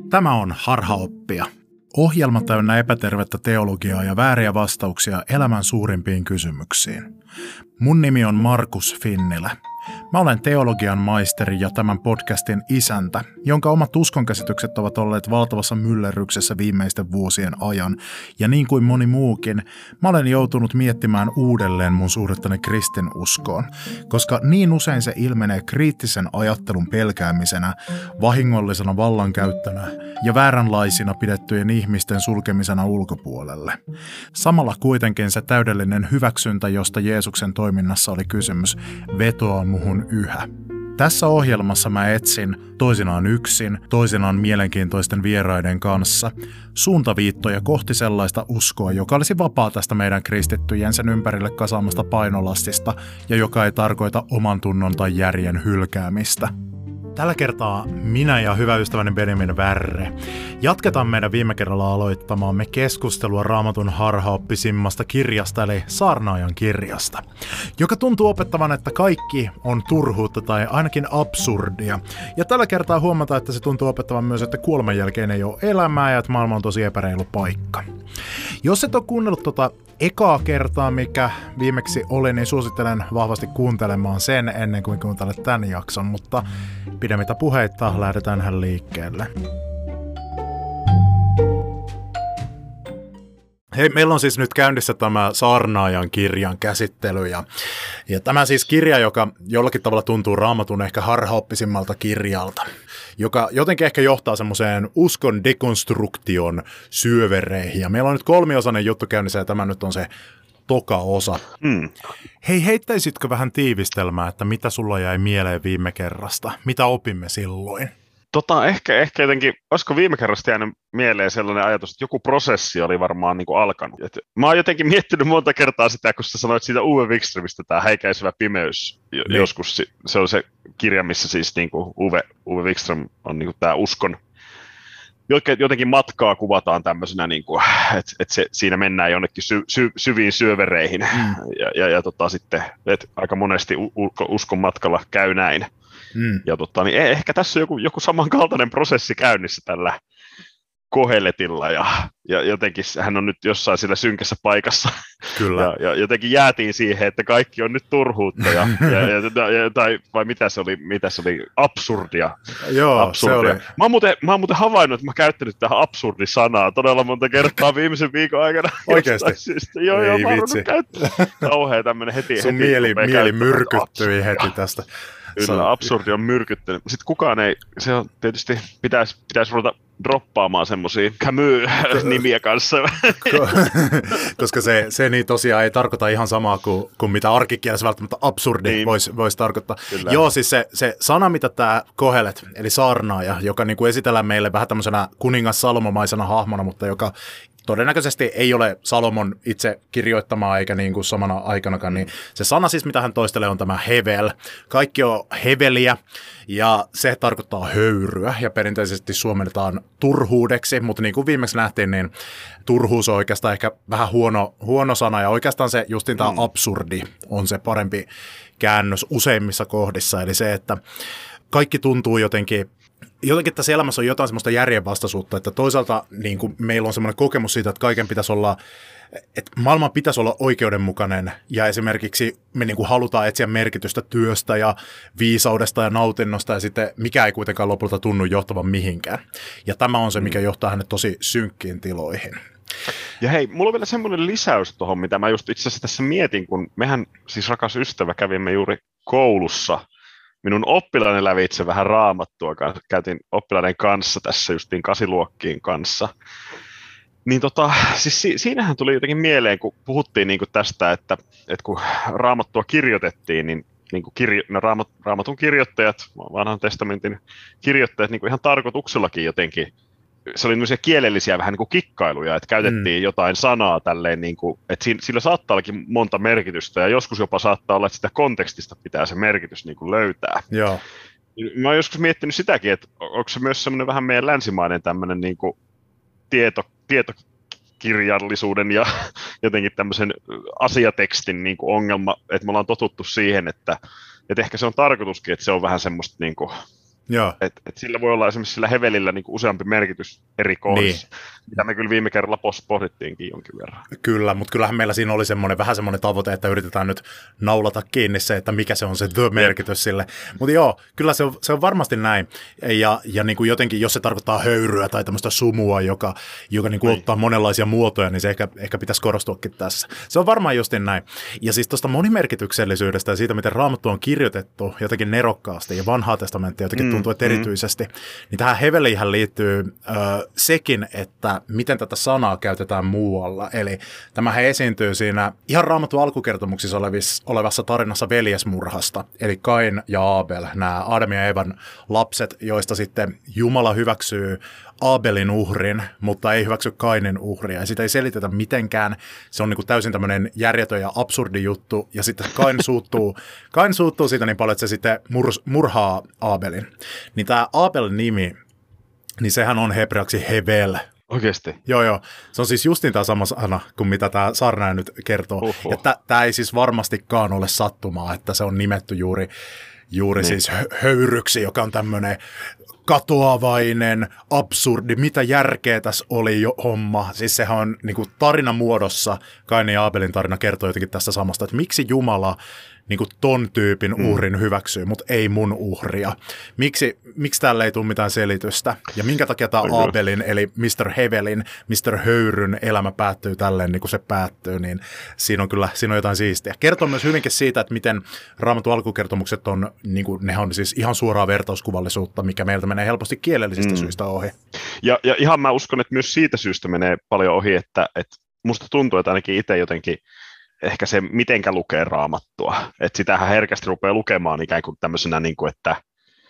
Tämä on Harhaoppia. Ohjelma täynnä epätervettä teologiaa ja vääriä vastauksia elämän suurimpiin kysymyksiin. Mun nimi on Markus Finnilä. Mä olen teologian maisteri ja tämän podcastin isäntä, jonka omat uskonkäsitykset ovat olleet valtavassa myllerryksessä viimeisten vuosien ajan. Ja niin kuin moni muukin, mä olen joutunut miettimään uudelleen mun suhdettani kristinuskoon, koska niin usein se ilmenee kriittisen ajattelun pelkäämisenä, vahingollisena vallankäyttönä ja vääränlaisina pidettyjen ihmisten sulkemisena ulkopuolelle. Samalla kuitenkin se täydellinen hyväksyntä, josta Jeesuksen toiminnassa oli kysymys, vetoaa muhun yhä. Tässä ohjelmassa mä etsin, toisinaan yksin, toisinaan mielenkiintoisten vieraiden kanssa, suuntaviittoja kohti sellaista uskoa, joka olisi vapaa tästä meidän kristittyjen sen ympärille kasaamasta painolastista ja joka ei tarkoita oman tunnon tai järjen hylkäämistä. Tällä kertaa minä ja hyvä ystäväni Benjamin Värre jatketaan meidän viime kerralla aloittamaamme keskustelua Raamatun harhaoppisimmasta kirjasta eli Saarnaajan kirjasta, joka tuntuu opettavan, että kaikki on turhuutta tai ainakin absurdia. Ja tällä kertaa huomataan, että se tuntuu opettavan myös, että kuoleman jälkeen ei ole elämää ja että maailma on tosi epäreilu paikka. Jos et ole kuunnellut ekaa kertaa, mikä viimeksi oli, niin suosittelen vahvasti kuuntelemaan sen ennen kuin kuuntelet tämän jakson, mutta pidemmittä puheitta lähdetäänhän liikkeelle. Hei, meillä on siis nyt käynnissä tämä Saarnaajan kirjan käsittely ja tämä siis kirja, joka jollakin tavalla tuntuu Raamatun ehkä harhaoppisimmalta kirjalta, joka jotenkin ehkä johtaa semmoiseen uskon dekonstruktion syövereihin. Ja meillä on nyt kolmiosainen juttu käynnissä ja tämä nyt on se toka osa. Hei, heittäisitkö vähän tiivistelmää, että mitä sulla jäi mieleen viime kerrasta? Mitä opimme silloin? Ehkä jotenkin, olisiko viime kerrasta jäänyt mieleen sellainen ajatus, että joku prosessi oli varmaan niin kuin alkanut. Mä oon jotenkin miettinyt monta kertaa sitä, kun sä sanoit siitä Uwe Wikströmistä, tämä Häikäisevä pimeys. Joskus se on se kirja, missä siis niin kuin Uwe Wikström on niin kuin tämä uskon. Jotenkin matkaa kuvataan tämmöisenä, niin kuin, että siinä mennään jonnekin syviin syövereihin. Ja sitten, että aika monesti uskon matkalla käy näin. Ja niin ehkä tässä on joku samankaltainen prosessi käynnissä tällä Koheletilla ja jotenkin hän on nyt jossain sillä synkässä paikassa. Kyllä. Ja jotenkin jäätiin siihen, että kaikki on nyt turhuutta vai mitä se oli absurdia. Joo, absurdia. Se oli. Mä oon muuten havainnut, että mä oon käyttänyt tähän absurdisanaa todella monta kertaa viimisen viikon aikana. Oikeasti? Joo, mä oon ruvennut käyttämään. Kauhea tämmönen heti. Sun mieli myrkyttyi heti tästä. Kyllä, absurdi on myrkyttänyt. Sitten kukaan ei, se on tietysti, pitäisi ruveta droppaamaan semmosia Camus-nimiä kanssa. Koska se niin tosiaan ei tarkoita ihan samaa kuin mitä arkikielessä välttämättä absurdi niin voisi tarkoittaa. Kyllä. Joo, siis se sana, mitä tämä Kohelet, eli saarnaaja, joka niin kuin esitellään meille vähän tämmöisenä kuningas Salomomaisena hahmona, mutta joka todennäköisesti ei ole Salomon itse kirjoittamaa eikä niin kuin samana aikanakaan, niin se sana siis, mitä hän toistelee, on tämä hevel. Kaikki on heveliä ja se tarkoittaa höyryä ja perinteisesti suomennetaan turhuudeksi, mutta niin kuin viimeksi nähtiin, niin turhuus on oikeastaan ehkä vähän huono sana ja oikeastaan se justiin tämä absurdi on se parempi käännös useimmissa kohdissa, eli se, että kaikki tuntuu jotenkin tässä elämässä on jotain semmoista järjenvastaisuutta, että toisaalta niin kuin meillä on semmoinen kokemus siitä, että kaiken pitäisi olla, että maailman pitäisi olla oikeudenmukainen ja esimerkiksi me niin kuin halutaan etsiä merkitystä työstä ja viisaudesta ja nautinnosta ja sitten mikä ei kuitenkaan lopulta tunnu johtavan mihinkään. Ja tämä on se, mikä johtaa hänet tosi synkkiin tiloihin. Ja hei, mulla on vielä semmoinen lisäys tuohon, mitä mä just itse asiassa tässä mietin, kun mehän siis rakas ystävä kävimme juuri koulussa minun oppilainen lävitse vähän Raamattua, käytin oppilaiden kanssa tässä justiin 8-luokkien kanssa. Niin siis siinähän tuli jotenkin mieleen, kun puhuttiin niin kuin tästä, että kun Raamattua kirjoitettiin, niin kuin Raamatun kirjoittajat, vanhan testamentin kirjoittajat niin kuin ihan tarkoituksellakin jotenkin, se oli tämmöisiä kielellisiä vähän niin kuin kikkailuja, että käytettiin jotain sanaa tälleen, niin kuin, että sillä saattaa ollakin monta merkitystä ja joskus jopa saattaa olla, että sitä kontekstista pitää se merkitys niin kuin löytää. Joo. Mä oon joskus miettinyt sitäkin, että onko se myös semmoinen vähän meidän länsimainen tämmöinen niin kuin tietokirjallisuuden ja jotenkin tämmöisen asiatekstin niin kuin ongelma, että me ollaan totuttu siihen, että ehkä se on tarkoituskin, että se on vähän semmoista niin kuin Joo. Et sillä voi olla esimerkiksi sillä hevelillä niin kuin useampi merkitys eri kohdissa, mitä me kyllä viime kerralla pohdittiinkin jonkin verran. Kyllä, mutta kyllähän meillä siinä oli vähän semmoinen tavoite, että yritetään nyt naulata kiinni se, että mikä se on se the-merkitys sille. Mutta joo, kyllä se on varmasti näin. Ja niin kuin jotenkin, jos se tarkoittaa höyryä tai tämmöistä sumua, joka niin kuin ottaa monenlaisia muotoja, niin se ehkä pitäisi korostuakin tässä. Se on varmaan justin näin. Ja siis tuosta monimerkityksellisyydestä ja siitä, miten Raamattu on kirjoitettu jotenkin nerokkaasti ja vanhaa testamenttia jotenkin tuntuu, että erityisesti, niin tähän heveliinhän liittyy sekin, että miten tätä sanaa käytetään muualla. Eli tämähän esiintyy siinä ihan Raamatun alkukertomuksissa olevassa tarinassa veljesmurhasta, eli Kain ja Aabel, nämä Adam ja Evan lapset, joista sitten Jumala hyväksyy Aabelin uhrin, mutta ei hyväksy Kainin uhria. Ja sitä ei selitetä mitenkään. Se on niin kuin täysin tämmöinen järjetön ja absurdi juttu. Ja sitten Kain suuttuu siitä niin paljon, että se sitten murhaa Aabelin. Niin tämä Aabel-nimi, niin sehän on hebreaksi Hevel. Oikeasti? Joo. Se on siis justiin tämä sama sana kuin mitä tämä saarnaaja nyt kertoo. Ja tämä ei siis varmastikaan ole sattumaa, että se on nimetty juuri niin. Siis höyryksi, joka on tämmöinen katoavainen, absurdi, mitä järkeä tässä oli jo homma. Siis sehän on niin kuin tarinamuodossa, Kainin ja Aabelin tarina kertoo jotenkin tästä samasta, että miksi Jumala niin kuin ton tyypin uhrin hyväksyy, mutta ei mun uhria. Miksi täällä ei tule mitään selitystä? Ja minkä takia tämä Aabelin, eli Mr. Hevelin, Mr. Höyryn elämä päättyy tälleen, niin kuin se päättyy, niin siinä on jotain siistiä. Kertoo myös hyvinkin siitä, että miten Raamatun alkukertomukset on, niin kuin, ne on siis ihan suoraa vertauskuvallisuutta, mikä meiltä menee helposti kielellisistä syistä ohi. Ja ihan mä uskon, että myös siitä syystä menee paljon ohi, että musta tuntuu, että ainakin itse jotenkin ehkä se, mitenkä lukee Raamattua. Että sitähän herkästi rupeaa lukemaan ikään kuin tämmöisenä, niin kuin, että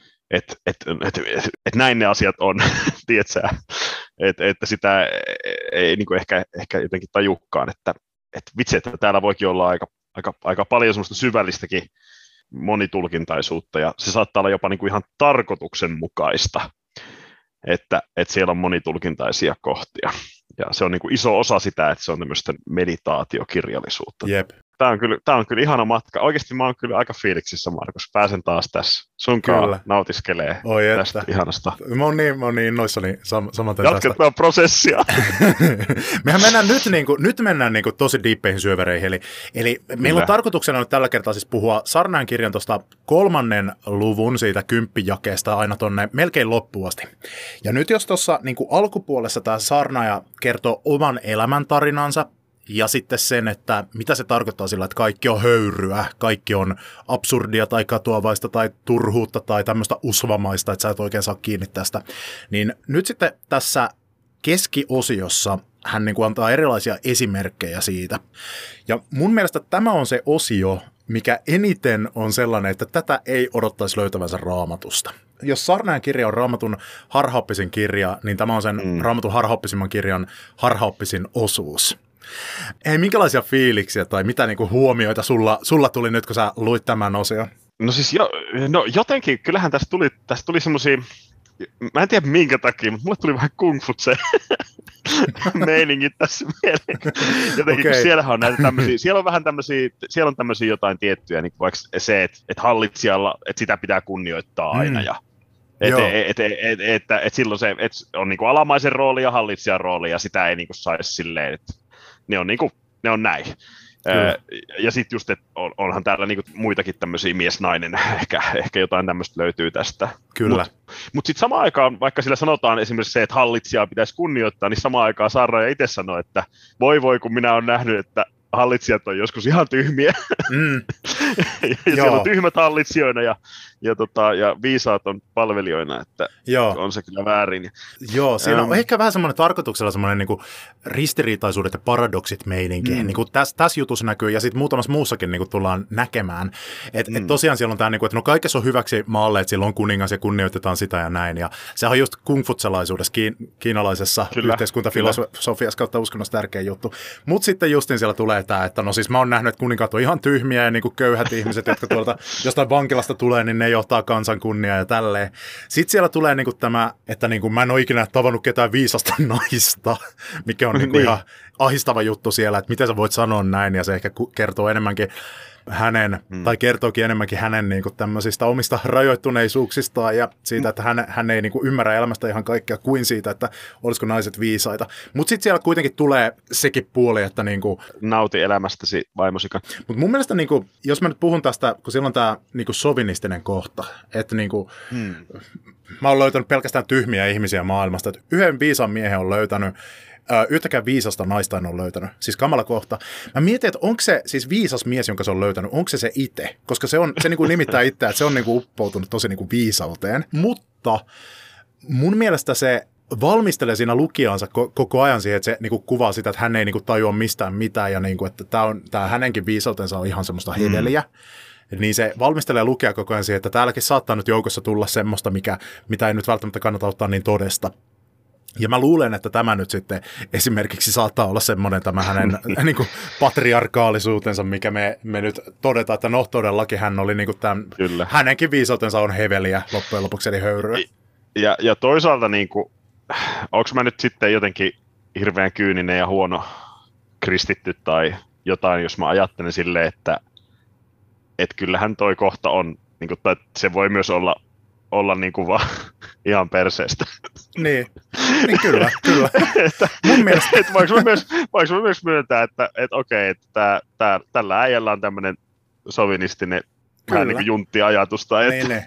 näin ne asiat on, tiedätkö? Että sitä ei niin kuin ehkä jotenkin tajukkaan, että vitsi, että täällä voikin olla aika paljon semmoista syvällistäkin monitulkintaisuutta, ja se saattaa olla jopa niin kuin ihan tarkoituksenmukaista, että siellä on monitulkintaisia kohtia. Ja se on niin kuin iso osa sitä, että se on tämmöistä meditaatiokirjallisuutta. Jep. Tämä on kyllä ihana matka. Oikeasti mä oon kyllä aika fiiliksissä, Markus. Pääsen taas tässä sunkaan nautiskelee tästä ihanasta. Mä oon niin innoissani samaten tästä. Jatketaan prosessia. Mehän mennään nyt mennään tosi diippeihin syövereihin. Eli meillä on tarkoituksena nyt tällä kertaa siis puhua saarnaajan kirjan tuosta 3. luvun siitä 10 jakeesta aina tonne melkein loppuun asti. Ja nyt jos tuossa niin alkupuolessa tämä saarnaaja kertoo oman elämäntarinansa, ja sitten sen, että mitä se tarkoittaa sillä, että kaikki on höyryä, kaikki on absurdia tai katoavaista tai turhuutta tai tämmöistä usvamaista, että sä et oikein saa kiinni tästä. Niin nyt sitten tässä keskiosiossa hän niin kuin antaa erilaisia esimerkkejä siitä. Ja mun mielestä tämä on se osio, mikä eniten on sellainen, että tätä ei odottaisi löytävänsä Raamatusta. Jos saarnaajan kirja on Raamatun harhaoppisin kirja, niin tämä on sen Raamatun harhaoppisimman kirjan harhaoppisin osuus. Ei, minkälaisia fiiliksiä tai mitä niinku huomioita sulla tuli nyt, kun sä luit tämän osion? No siis jotenkin, kyllähän tästä tuli semmosia, mä en tiedä minkä takia, mutta mulle tuli vähän kung fu se meiningit tässä mieleen. Jotenkin, kun siellähän on näitä tämmöisiä, siellä on tämmöisiä jotain tiettyjä, niin vaikka se, että hallitsijalla, että sitä pitää kunnioittaa aina ja että silloin se on niinku alamaisen rooli ja hallitsijan rooli ja sitä ei niinku saisi silleen, että ne on näin. Ja sitten just, että onhan täällä niinku muitakin tämmöisiä mies-nainen, ehkä jotain tämmöistä löytyy tästä. Kyllä. Mutta sitten samaan aikaan, vaikka sillä sanotaan esimerkiksi se, että hallitsijaa pitäisi kunnioittaa, niin samaan aikaan saarnaaja itse sanoo, että voi kun minä olen nähnyt, että hallitsijat on joskus ihan tyhmiä. Ja siellä on tyhmät hallitsijoina ja viisaat on palvelijoina, että on se kyllä väärin. Joo, siinä on ehkä vähän semmoinen tarkoituksella semmoinen niin ristiriitaisuudet ja paradoksit meininki. Niin kuin tässä jutussa näkyy ja sitten muutamassa muussakin niin kuin tullaan näkemään. Että tosiaan siellä on tämä, niin kuin, että no kaikessa on hyväksi maalle, että sillä on kuningas ja kunnioitetaan sitä ja näin. Ja sehän on just kungfutsalaisuudessa, kiinalaisessa yhteiskuntafilosofiassa kautta uskonnossa tärkeä juttu. Mutta sitten justiin siellä tulee tämä, että no siis mä oon nähnyt, että kuninkaat on ihan tyhmiä ja niin kuin köyhät ihmiset, jotka tuolta jostain vankilasta tulee, niin ne johtaa kansan kunniaa ja tälleen. Sitten siellä tulee niinku tämä, että niinku mä en ole ikinä tavannut ketään viisasta naista, mikä on niinku ihan ahistava juttu siellä, että miten sä voit sanoa näin, ja se ehkä kertoo enemmänkin hänen, tai kertookin enemmänkin hänen niin kuin tämmöisistä omista rajoittuneisuuksistaan ja siitä, että hän ei niin kuin ymmärrä elämästä ihan kaikkea kuin siitä, että olisiko naiset viisaita. Mutta sitten siellä kuitenkin tulee sekin puoli, että niin kuin, nauti elämästäsi vaimosikaan. Mutta mun mielestä, niin kuin, jos mä nyt puhun tästä, kun silloin tämä niin kuin sovinistinen kohta, että niin kuin, mä oon löytänyt pelkästään tyhmiä ihmisiä maailmasta, että yhden viisaan miehen on löytänyt, yhtäkään viisasta naista en ole löytänyt. Siis kamala kohta. Mä mietin, että onko se siis viisas mies, jonka se on löytänyt, onko se itse? Koska se niin kuin nimittää itseään, että se on niin kuin uppoutunut tosi niin kuin viisauteen. Mutta mun mielestä se valmistelee siinä lukijansa koko ajan siihen, että se niin kuin kuvaa sitä, että hän ei niin kuin tajua mistään mitään ja niin kuin, että tämä hänenkin viisautensa on ihan semmoista heveliä. Niin se valmistelee lukija koko ajan siihen, että täälläkin saattaa nyt joukossa tulla semmoista, mitä ei nyt välttämättä kannata ottaa niin todesta. Ja mä luulen, että tämä nyt sitten esimerkiksi saattaa olla semmoinen tämä hänen niin kuin patriarkaalisuutensa, mikä me nyt todetaan, että no todellakin hän oli niin kuin tämän, hänenkin viisautensa on heveliä loppujen lopuksi, eli höyryä. Ja toisaalta niin kuin, onko mä nyt sitten jotenkin hirveän kyyninen ja huono kristitty tai jotain, jos mä ajattelen silleen, että kyllähän toi kohta on, niin kuin, tai se voi myös olla niin kuin vaan ihan perseestä. Niin kyllä. Mun mielestä. Voinko mä myös myöntää, että okei, että tällä äijällä on tämmöinen sovinistinen vähän niin kuin junttiajatusta,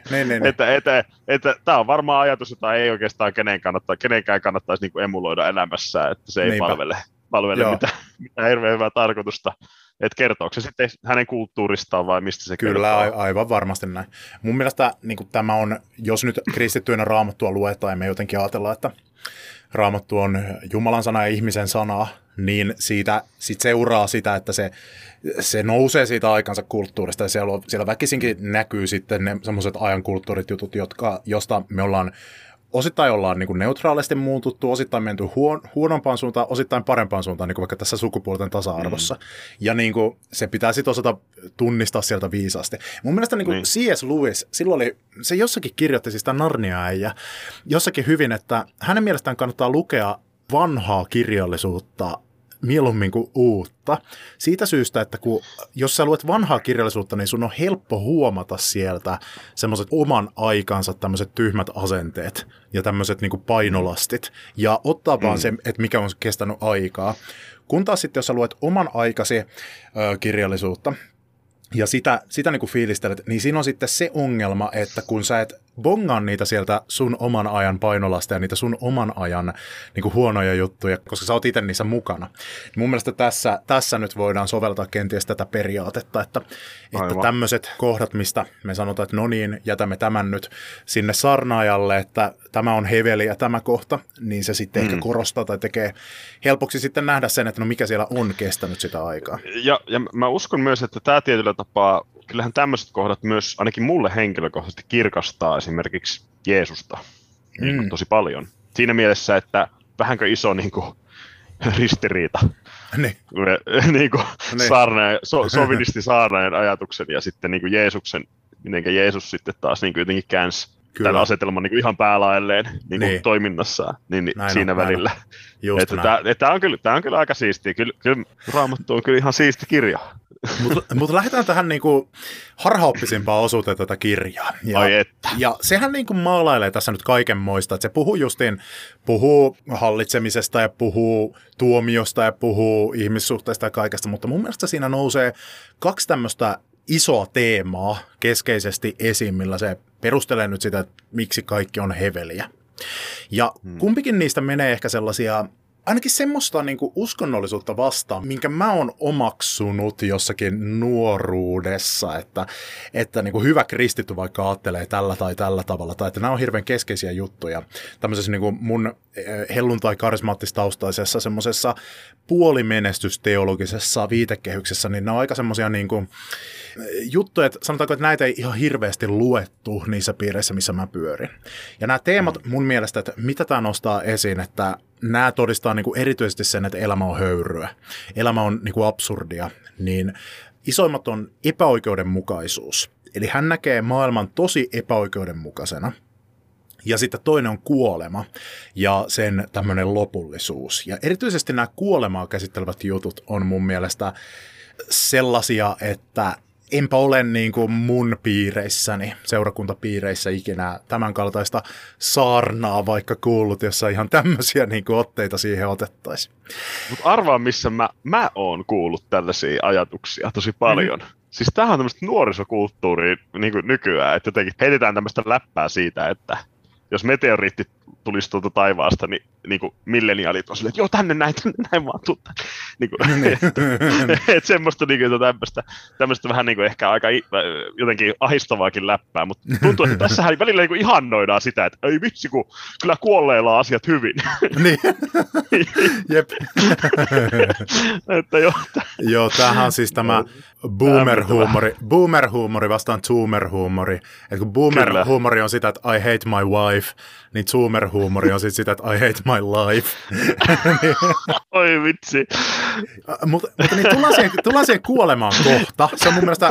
että tämä on varmaan ajatus, jota ei oikeastaan kenenkään kannattaisi niin kuin emuloida elämässään, että se ei palvele mitään hirveän hyvää tarkoitusta. Että kertooko se sitten hänen kulttuuristaan vai mistä se kertoo? Kyllä, aivan varmasti näin. Mun mielestä niin tämä on, jos nyt kristittyinä Raamattua luetaan ja me jotenkin ajatellaan, että Raamattu on Jumalan sana ja ihmisen sanaa, niin siitä sit seuraa sitä, että se nousee siitä aikansa kulttuurista ja siellä väkisinkin näkyy sitten ne semmoiset ajan kulttuurit jutut, josta me osittain ollaan niin kuin neutraalisti muututtu, osittain menty huonompaan suuntaan, osittain parempaan suuntaan, niin kuin vaikka tässä sukupuolten tasa-arvossa. Ja niin kuin, se pitää sitten osata tunnistaa sieltä viisaasti. Mun mielestä niin kuin C.S. Lewis, silloin se jossakin kirjoitti siis tämä Narnia-äijä, jossakin hyvin, että hänen mielestään kannattaa lukea vanhaa kirjallisuutta mieluummin kuin uutta. Siitä syystä, että jos sä luet vanhaa kirjallisuutta, niin sun on helppo huomata sieltä semmoiset oman aikansa tämmöiset tyhmät asenteet ja tämmöiset niinku painolastit ja ottaa vaan se, että mikä on kestänyt aikaa. Kun taas sitten, jos sä luet oman aikasi kirjallisuutta, ja sitä niin kuin fiilistelet, niin siinä on sitten se ongelma, että kun sä et bongaa niitä sieltä sun oman ajan painolasta ja niitä sun oman ajan niin kuin huonoja juttuja, koska sä oot itse niissä mukana. Mun mielestä tässä nyt voidaan soveltaa kenties tätä periaatetta, että tämmöiset kohdat, mistä me sanotaan, että no niin, jätämme tämän nyt sinne sarnaajalle, että tämä on heveliä tämä kohta, niin se sitten ehkä korostaa tai tekee helpoksi sitten nähdä sen, että no mikä siellä on kestänyt sitä aikaa. Ja mä uskon myös, että tämä tietyllä tapaa, kyllähän tämmöiset kohdat myös ainakin mulle henkilökohtaisesti kirkastaa esimerkiksi Jeesusta tosi paljon. Siinä mielessä, että vähänkö iso niin kuin, ristiriita niin kuin sovinistisaarnaajan ajatuksen ja sitten niin kuin Jeesuksen, miten Jeesus sitten taas niin kuin jotenkin käänsi tämän asetelman niin kuin ihan päälaelleen niin kuin toiminnassaan niin siinä välillä. Tämä on kyllä aika siistiä. Kyllä Raamattu on kyllä ihan siisti kirja. Mutta lähdetään tähän niinku harhaoppisimpaan osuuteen tätä kirjaa. Ja sehän niinku maalailee tässä nyt kaikenmoista. Että se puhuu hallitsemisesta ja puhuu tuomiosta ja puhuu ihmissuhteista ja kaikesta. Mutta mun mielestä siinä nousee kaksi tämmöistä isoa teemaa keskeisesti esiin, millä se perustelee nyt sitä, että miksi kaikki on heveliä. Ja kumpikin niistä menee ehkä sellaisia, ainakin semmoista niin kuin uskonnollisuutta vastaan, minkä mä oon omaksunut jossakin nuoruudessa, että niin kuin hyvä kristitty vaikka ajattelee tällä tai tällä tavalla, tai että nämä on hirveän keskeisiä juttuja. Tämmöisessä niin kuin mun helluntai-karismaattistaustaisessa semmoisessa puolimenestysteologisessa viitekehyksessä, niin ne on aika semmoisia niin kuin juttuja, että sanotaanko, että näitä ei ihan hirveästi luettu niissä piireissä, missä mä pyörin. Ja nämä teemat mun mielestä, että mitä tämä nostaa esiin, että nämä todistaa niin kuin erityisesti sen, että elämä on höyryä, elämä on niin kuin absurdia, niin isoimmat on epäoikeudenmukaisuus. Eli hän näkee maailman tosi epäoikeudenmukaisena. Ja sitten toinen on kuolema ja sen tämmöinen lopullisuus. Ja erityisesti nämä kuolemaa käsittelevät jutut on mun mielestä sellaisia, että enpä ole niin kuin mun piireissäni, seurakuntapiireissä ikinä tämän kaltaista saarnaa vaikka kuullut, jossa ihan tämmöisiä niin kuin otteita siihen otettaisiin. Mutta arvaa, missä mä oon kuullut tällaisia ajatuksia tosi paljon. Siis tämähän on tämmöistä nuorisokulttuuria niin kuin nykyään, että jotenkin heitetään tämmöistä läppää siitä, että jos meteoriitti tulisi tuolta taivaasta, niin kuin milleniaalit on silleen, että joo, tänne näin vaan tuu. Niin että semmoista niin tämmöistä vähän niin kuin ehkä aika jotenkin ahistavaakin läppää, mutta tuntuu, että tässähän välillä niin kuin ihannoidaan sitä, että ei vitsi, kun kyllä kuolleilla on asiat hyvin. Niin, jep. Että joo, tämähän on siis tämä boomer-huumori vastaan zoomer-huumori. Että kun boomer-huumori on sitä, että I hate my wife, niin zoomer-huumori on sitten sitä, että I hate my life. Oi vitsi. Mutta niin tullaan siihen kuolemaan kohta. Se on mun mielestä,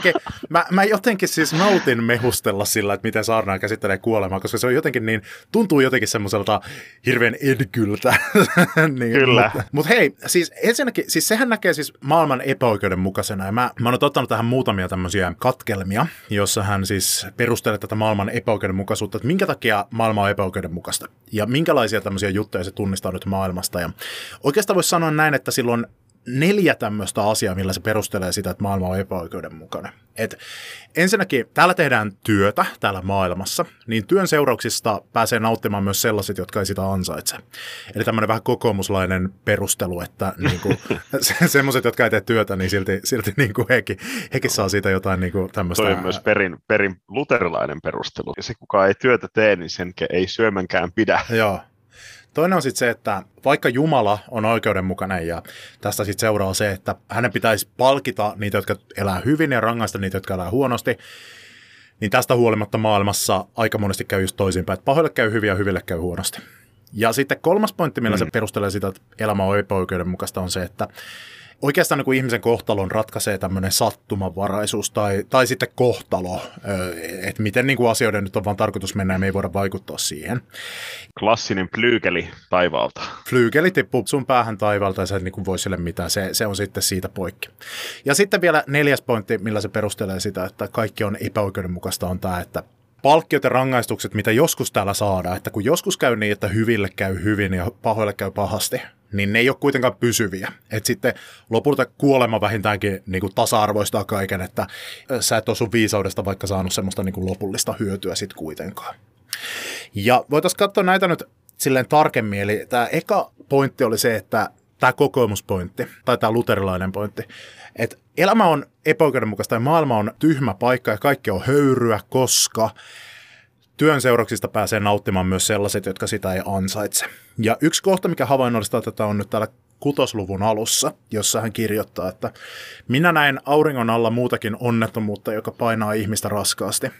mä jotenkin siis nautin mehustella sillä, että miten saarnaa käsittelee kuolemaa, koska se on jotenkin niin, tuntuu jotenkin semmoiselta hirveän edkyltä. Niin, kyllä. Mutta hei, siis ensinnäkin, siis sehän näkee siis maailman epäoikeudenmukaisena, ja mä oon ottanut tähän muutamia tämmöisiä katkelmia, jossa hän siis perustelee tätä maailman epäoikeudenmukaisuutta, että minkä takia maailma on epäoikeudenmukaista, ja minkälaisia tämmöisiä juttuja se tunnistaa nyt maailmasta, ja oikeastaan voisi sanoa näin, että silloin 4 tämmöistä asiaa, millä se perustelee sitä, että maailma on epäoikeudenmukainen. Et ensinnäkin, täällä tehdään työtä täällä maailmassa, niin työn seurauksista pääsee nauttimaan myös sellaiset, jotka ei sitä ansaitse. Eli tämmöinen vähän kokoomuslainen perustelu, että niinku, semmoiset, jotka ei tee työtä, niin silti niinku hekin saa siitä jotain niinku tämmöistä. Toi on myös perin luterilainen perustelu. Ja se, kuka ei työtä tee, niin sen ei syömänkään pidä. Joo. Toinen on sitten se, että vaikka Jumala on oikeudenmukainen ja tästä sitten seuraa se, että hänen pitäisi palkita niitä, jotka elää hyvin ja rangaista niitä, jotka elää huonosti, niin tästä huolimatta maailmassa aika monesti käy just toisinpäin, että pahoille käy hyvin ja hyville käy huonosti. Ja sitten 3. pointti, millä se perustelee sitä, että elämä on epäoikeudenmukaista, on se, että oikeastaan niin kun ihmisen kohtalon ratkaisee tämmöinen sattumanvaraisuus tai sitten kohtalo, että miten niin kuin asioiden nyt on vaan tarkoitus mennä ja me ei voida vaikuttaa siihen. Klassinen flyykeli taivaalta. Flyykeli tippuu sun päähän taivaalta ja sä et niin kuin voi sille mitään, se on sitten siitä poikki. Ja sitten vielä 4. pointti, millä se perustelee sitä, että kaikki on epäoikeudenmukaista, on tämä, että palkkiot ja rangaistukset, mitä joskus täällä saadaan, että kun joskus käy niin, että hyville käy hyvin ja pahoille käy pahasti, niin ne ei ole kuitenkaan pysyviä. Että sitten lopulta kuolema vähintäänkin niin kuin tasa-arvoistaa kaiken, että sä et ole sun viisaudesta vaikka saanut semmoista niin kuin lopullista hyötyä sitten kuitenkaan. Ja voitaisiin katsoa näitä nyt silleen tarkemmin, eli tämä eka pointti oli se, että tämä kokoomuspointti, tai tämä luterilainen pointti, että elämä on epäoikeudenmukaista ja maailma on tyhmä paikka ja kaikki on höyryä, koska työn seurauksista pääsee nauttimaan myös sellaiset, jotka sitä ei ansaitse. Ja yksi kohta, mikä havainnollistaa tätä, on nyt täällä 6. alussa, jossa hän kirjoittaa, että minä näin auringon alla muutakin onnettomuutta, joka painaa ihmistä raskaasti.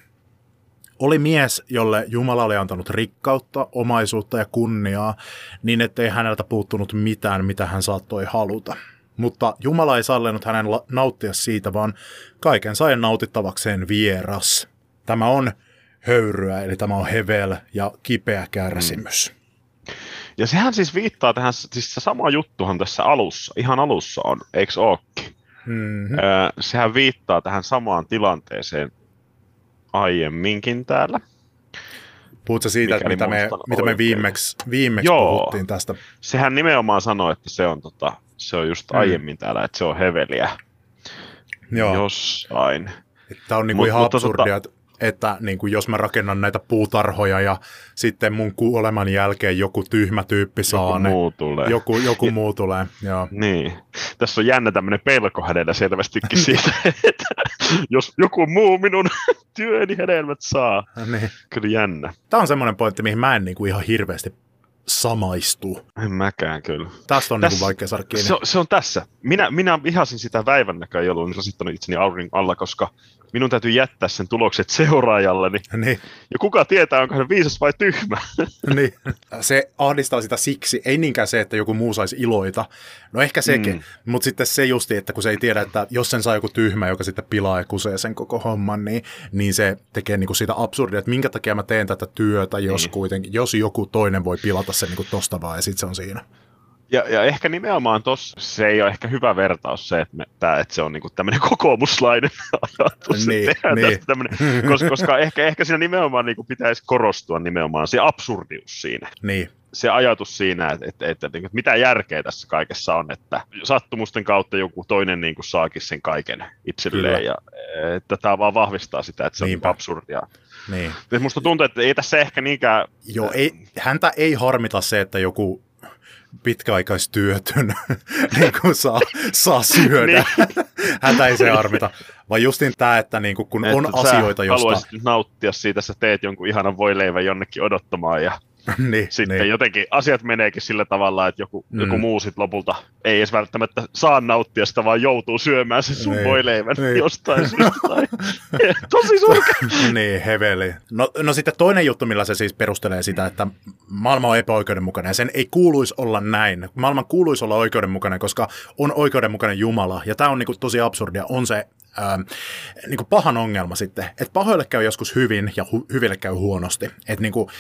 Oli mies, jolle Jumala oli antanut rikkautta, omaisuutta ja kunniaa, niin ettei häneltä puuttunut mitään, mitä hän saattoi haluta. Mutta Jumala ei sallinut hänen nauttia siitä, vaan kaiken sai nautittavakseen vieras. Tämä on höyryä, eli tämä on hevel ja kipeä kärsimys. Ja sehän siis viittaa tähän, siis se sama juttuhan tässä alussa, ihan alussa on, eikö ookin? Mm-hmm. Sehän viittaa tähän samaan tilanteeseen aiemminkin täällä. Puhutko siitä, että mitä me viimeksi puhuttiin tästä? Sehän nimenomaan sanoi, että se on just aiemmin täällä, että se on heveliä. Joo. Jossain. Tämä on niinku ihan absurdia, että niin kuin jos mä rakennan näitä puutarhoja ja sitten mun kuoleman jälkeen joku tyhmä tyyppi saa ne. Joku muu tulee. Joo. Niin. Tässä on jännä tämmöinen pelko hänellä selvästikin siitä, että jos joku muu minun työni hedelmät saa. Niin. Kyllä jännä. Tämä on semmoinen pointti, mihin mä en niin kuin ihan hirveästi samaistu. En mäkään kyllä. Tästä on niin vaikea saada kiinni. Se on tässä. Minä vihasin sitä päivän näköä, jolloin olin rasittanut itseni auringon alla, koska minun täytyy jättää sen tulokset seuraajalleni. Niin. Ja kuka tietää, onko hän viisas vai tyhmä. Niin. Se ahdistaa sitä siksi, ei niinkään se, että joku muu saisi iloita. No ehkä sekin, mutta sitten se justi, että kun se ei tiedä, että jos sen saa joku tyhmä, joka sitten pilaa ja kusee sen koko homman, niin se tekee niinku sitä absurdia, että minkä takia mä teen tätä työtä, jos joku toinen voi pilata sen niinku tosta vaan ja sitten se on siinä. Ja ehkä nimenomaan tuossa se ei ole ehkä hyvä vertaus se, että se on niinku tämmöinen kokoomuslainen ajatus, niin. koska ehkä siinä nimenomaan niinku pitäisi korostua nimenomaan se absurdius siinä. Niin. Se ajatus siinä, että mitä järkeä tässä kaikessa on, että sattumusten kautta joku toinen niin kuin saakin sen kaiken itselleen, ja että tämä vaan vahvistaa sitä, että se on absurdia. Niin. Musta tuntuu, että ei tässä ehkä niinkään... Joo, häntä ei harmita se, että joku pitkäaikaistyötön niin kuin saa syödä. Häntä ei se harmita. Vaan justiin tämä, että niin kuin, kun että on asioita, josta... haluaisit nauttia siitä, sä teet jonkun ihanan voileivän jonnekin odottamaan, ja sitten jotenkin asiat meneekin sillä tavalla, että joku muu sit lopulta ei edes välttämättä saa nauttia sitä, vaan joutuu syömään sen sun voileivän jostain syystä. Tosi surkea. Niin, heveli. No sitten toinen juttu, millä se siis perustelee sitä, että maailma on epäoikeudenmukainen ja sen ei kuuluisi olla näin. Maailman kuuluisi olla oikeudenmukainen, koska on oikeudenmukainen Jumala. Ja tämä on niinku tosi absurdia, on se niinku pahan ongelma sitten, että pahoille käy joskus hyvin ja hyville käy huonosti. Että niinku,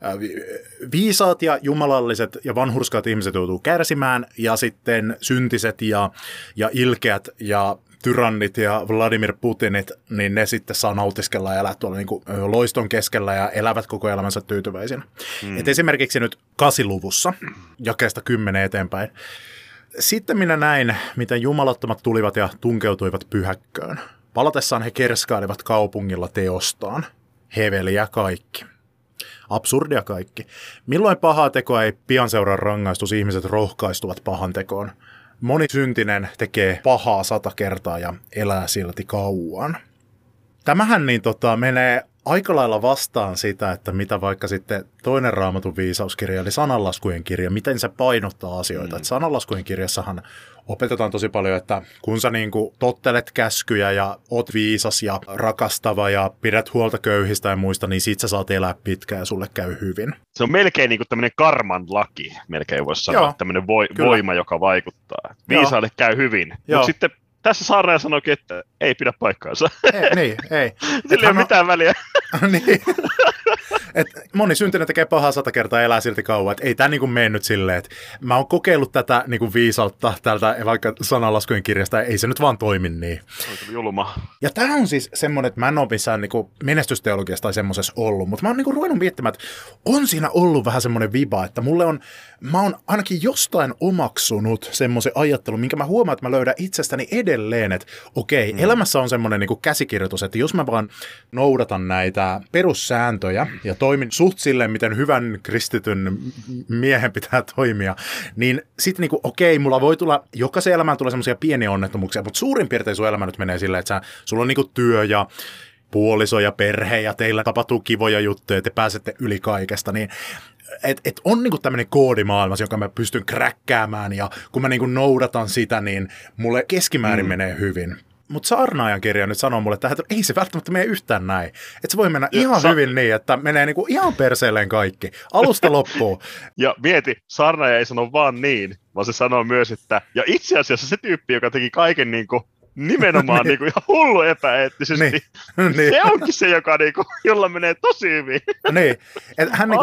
viisaat ja jumalalliset ja vanhurskaat ihmiset joutuu kärsimään ja sitten syntiset ja ilkeät ja tyrannit ja Vladimir Putinit, niin ne sitten saa nautiskella ja elää tuolla niinku loiston keskellä ja elävät koko elämänsä tyytyväisinä. Et esimerkiksi nyt 8-luvussa, jakeesta 10 eteenpäin, sitten minä näin, miten jumalattomat tulivat ja tunkeutuivat pyhäkköön. Palatessaan he kerskailivat kaupungilla teostaan. Heveliä kaikki. Absurdia kaikki. Milloin pahaa tekoa ei pian seuraa rangaistus, ihmiset rohkaistuvat pahan tekoon. Moni syntinen tekee pahaa 100 kertaa ja elää silti kauan. Tämähän menee aika lailla vastaan sitä, että mitä vaikka sitten toinen Raamatun viisauskirja, eli sananlaskujen kirja, miten se painottaa asioita. Että sananlaskujen kirjassahan opetetaan tosi paljon, että kun sä tottelet käskyjä ja oot viisas ja rakastava ja pidät huolta köyhistä ja muista, niin sit sä saat elää pitkään ja sulle käy hyvin. Se on melkein tämmöinen karman laki, melkein voisi sanoa, tämmöinen voima, joka vaikuttaa. Viisaalle käy hyvin, mutta sitten tässä saarnaaja sanoikin, että ei pidä paikkaansa. Ei. Sillä ei ole mitään väliä. Niin. Moni syntinen tekee pahaa 100 kertaa ja elää silti kauan. Ei tämä mene nyt silleen, että mä oon kokeillut tätä viisautta täältä vaikka sananlaskujen kirjasta, ja ei se nyt vaan toimi niin. Julma. Ja tämä on siis semmoinen, että mä en ole missään menestysteologiassa tai semmoisessa ollut, mutta mä oon ruvennut miettimään, että on siinä ollut vähän semmoinen viba, että mä oon ainakin jostain omaksunut semmoisen ajattelun, minkä mä huomaan, että mä löydän itsestäni edelleen, että okei, elämässä on semmoinen käsikirjoitus, että jos mä vaan noudatan näitä perussääntöjä ja toimin suht silleen, miten hyvän kristityn miehen pitää toimia, niin sitten okei, mulla voi tulla, jokaisen elämään tulee semmoisia pieniä onnettomuuksia, mutta suurin piirtein sun elämä nyt menee silleen, että sulla on työ ja puoliso ja perhe ja teillä tapahtuu kivoja juttuja ja te pääsette yli kaikesta, niin et on tämmöinen koodimaailma, jonka mä pystyn kräkkäämään ja kun mä noudatan sitä, niin mulle keskimäärin menee hyvin. Mutta saarnaajan kirja nyt sanoo mulle, että ei se välttämättä mene yhtään näin. Että se voi mennä ihan hyvin niin, että menee ihan perseelleen kaikki. Alusta loppuun. Ja mieti, saarnaaja ei sano vaan niin, vaan se sanoo myös, että ja itse asiassa se tyyppi, joka teki kaiken nimenomaan ihan hullu epäeettisesti. Niin. Se onkin se, joka jolla menee tosi hyvin. Niin, että hän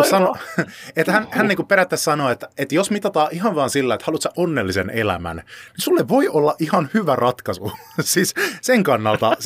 hän periaatteessa sanoo, että jos mitataan ihan vaan sillä, että haluat sä onnellisen elämän, niin sulle voi olla ihan hyvä ratkaisu. Siis sen kannalta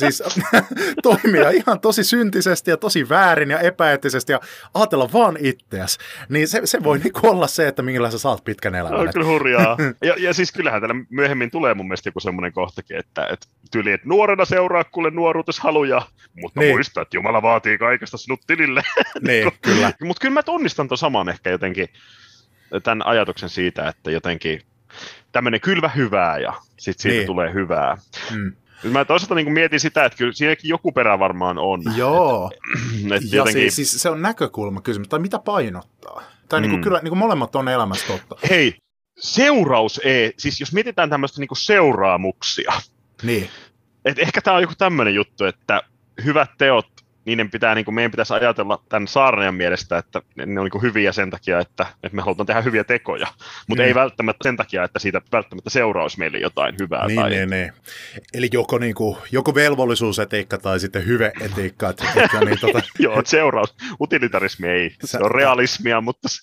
toimia ihan tosi syntisesti ja tosi väärin ja epäeettisesti ja ajatella vaan itseäsi. Niin se voi olla se, että minkälainen sä saat pitkän elämän. On kyllä hurjaa. Ja siis kyllähän täällä myöhemmin tulee mun mielestä joku semmoinen kohtakin, että tyyli, että nuorena seuraa kuule nuoruutushaluja, mutta muista, että Jumala vaatii kaikesta sinut tilille. Niin, kyllä. Mutta kyllä mä tunnistan tuon saman ehkä jotenkin tämän ajatuksen siitä, että jotenkin tämmöinen kylvä hyvää ja sitten siitä tulee hyvää. Mä toisaalta mietin sitä, että kyllä siinäkin joku perä varmaan on. Joo, ja jotenkin... siis se on näkökulmakysymys, tai mitä painottaa. Tai kyllä molemmat on elämässä totta. Hei, seuraus ei, siis jos mietitään tämmöistä seuraamuksia, niin. Et ehkä tämä on joku tämmöinen juttu, että hyvät teot, niiden pitää, meidän pitäisi ajatella tämän saarnaajan mielestä, että ne on hyviä sen takia, että me halutaan tehdä hyviä tekoja, mutta ei välttämättä sen takia, että siitä välttämättä seuraisi meille jotain hyvää. Niin. Eli joko velvollisuusetiikka tai sitten hyveetiikka. Joo, seuraus. Utilitarismi ei. Se on realismia, mutta se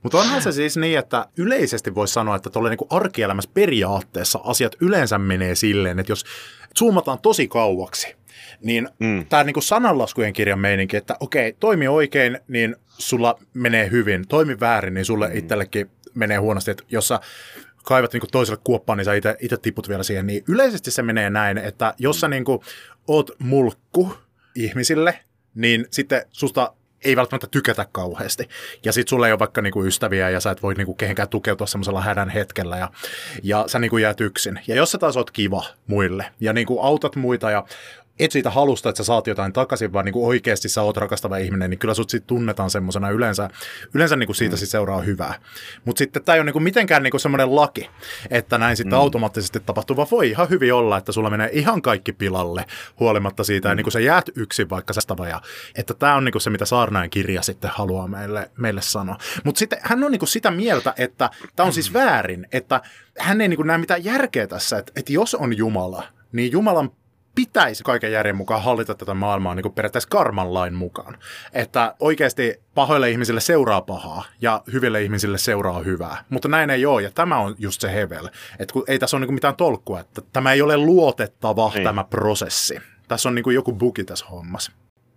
Mutta onhan se siis niin, että yleisesti voisi sanoa, että tuolla niinku arkielämässä periaatteessa asiat yleensä menee silleen, että jos zoomataan tosi kauaksi, niin tämä niinku sananlaskujen kirjan meininki, että okei, toimi oikein, niin sulla menee hyvin, toimi väärin, niin sulle itsellekin menee huonosti, että jos sä kaivat niinku toiselle kuoppaan, niin sä itse tiput vielä siihen, niin yleisesti se menee näin, että jos sä niinku oot mulkku ihmisille, niin sitten susta ei välttämättä tykätä kauheasti. Ja sit sulla ei ole vaikka niinku ystäviä ja sä et voi niinku kehenkään tukeutua semmoisella hädän hetkellä ja sä niinku jäät yksin. Ja jos sä taas oot kiva muille ja niinku autat muita ja et siitä halusta, että sä saat jotain takaisin, vaan niinku oikeasti sä oot rakastava ihminen, niin kyllä sut sit tunnetaan semmosena yleensä niinku siitä sit seuraa hyvää. Mutta sitten tää ei ole niinku mitenkään niinku semmoinen laki, että näin sitten automaattisesti tapahtuu, vaan voi ihan hyvin olla, että sulla menee ihan kaikki pilalle huolimatta siitä, ja niinku sä jäät yksin vaikka säästävä, ja että tää on niinku se, mitä Saarnajan kirja sitten haluaa meille sanoa. Mutta sitten hän on niinku sitä mieltä, että tää on siis väärin, että hän ei niinku näe mitään järkeä tässä, että jos on Jumala, niin Jumalan pitäisi kaiken järjen mukaan hallita tätä maailmaa niin kuin periaatteessa karman lain mukaan. Että oikeasti pahoille ihmisille seuraa pahaa ja hyville ihmisille seuraa hyvää. Mutta näin ei ole, ja tämä on just se hevel. Että kun ei tässä ole niin kuin mitään tolkkua, että tämä ei ole luotettava tämä prosessi. Tässä on niin kuin joku bugi tässä hommassa.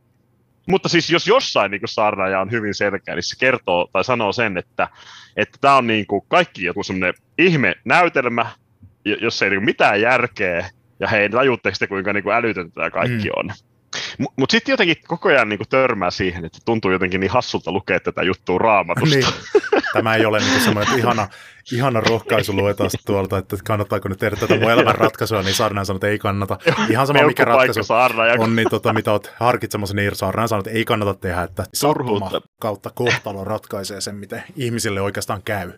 Mutta siis jos jossain niin Saarnaaja on hyvin selkeä, niin se kertoo tai sanoo sen, että tämä on niin kuin kaikki joku semmoinen ihme näytelmä, jossa ei niin kuin mitään järkeä, ja hei, tajutteko te, kuinka niin kuin älytöntä tämä kaikki on. Mutta sitten jotenkin koko ajan niin kuin törmää siihen, että tuntuu jotenkin niin hassulta lukea tätä juttua Raamatusta. Niin. Tämä ei ole niin semmoinen, että ihana rohkaisu luetaan tuolta, että kannattaako nyt tehdä tätä mun elämän ratkaisua, niin Saarnaaja sanoo, että ei kannata. Ihan sama mikä ratkaisu on, niin mitä olet harkitsemassa, niin Saarnaaja sanoo, että ei kannata tehdä, että sattuma kautta kohtalo ratkaisee sen, miten ihmisille oikeastaan käy.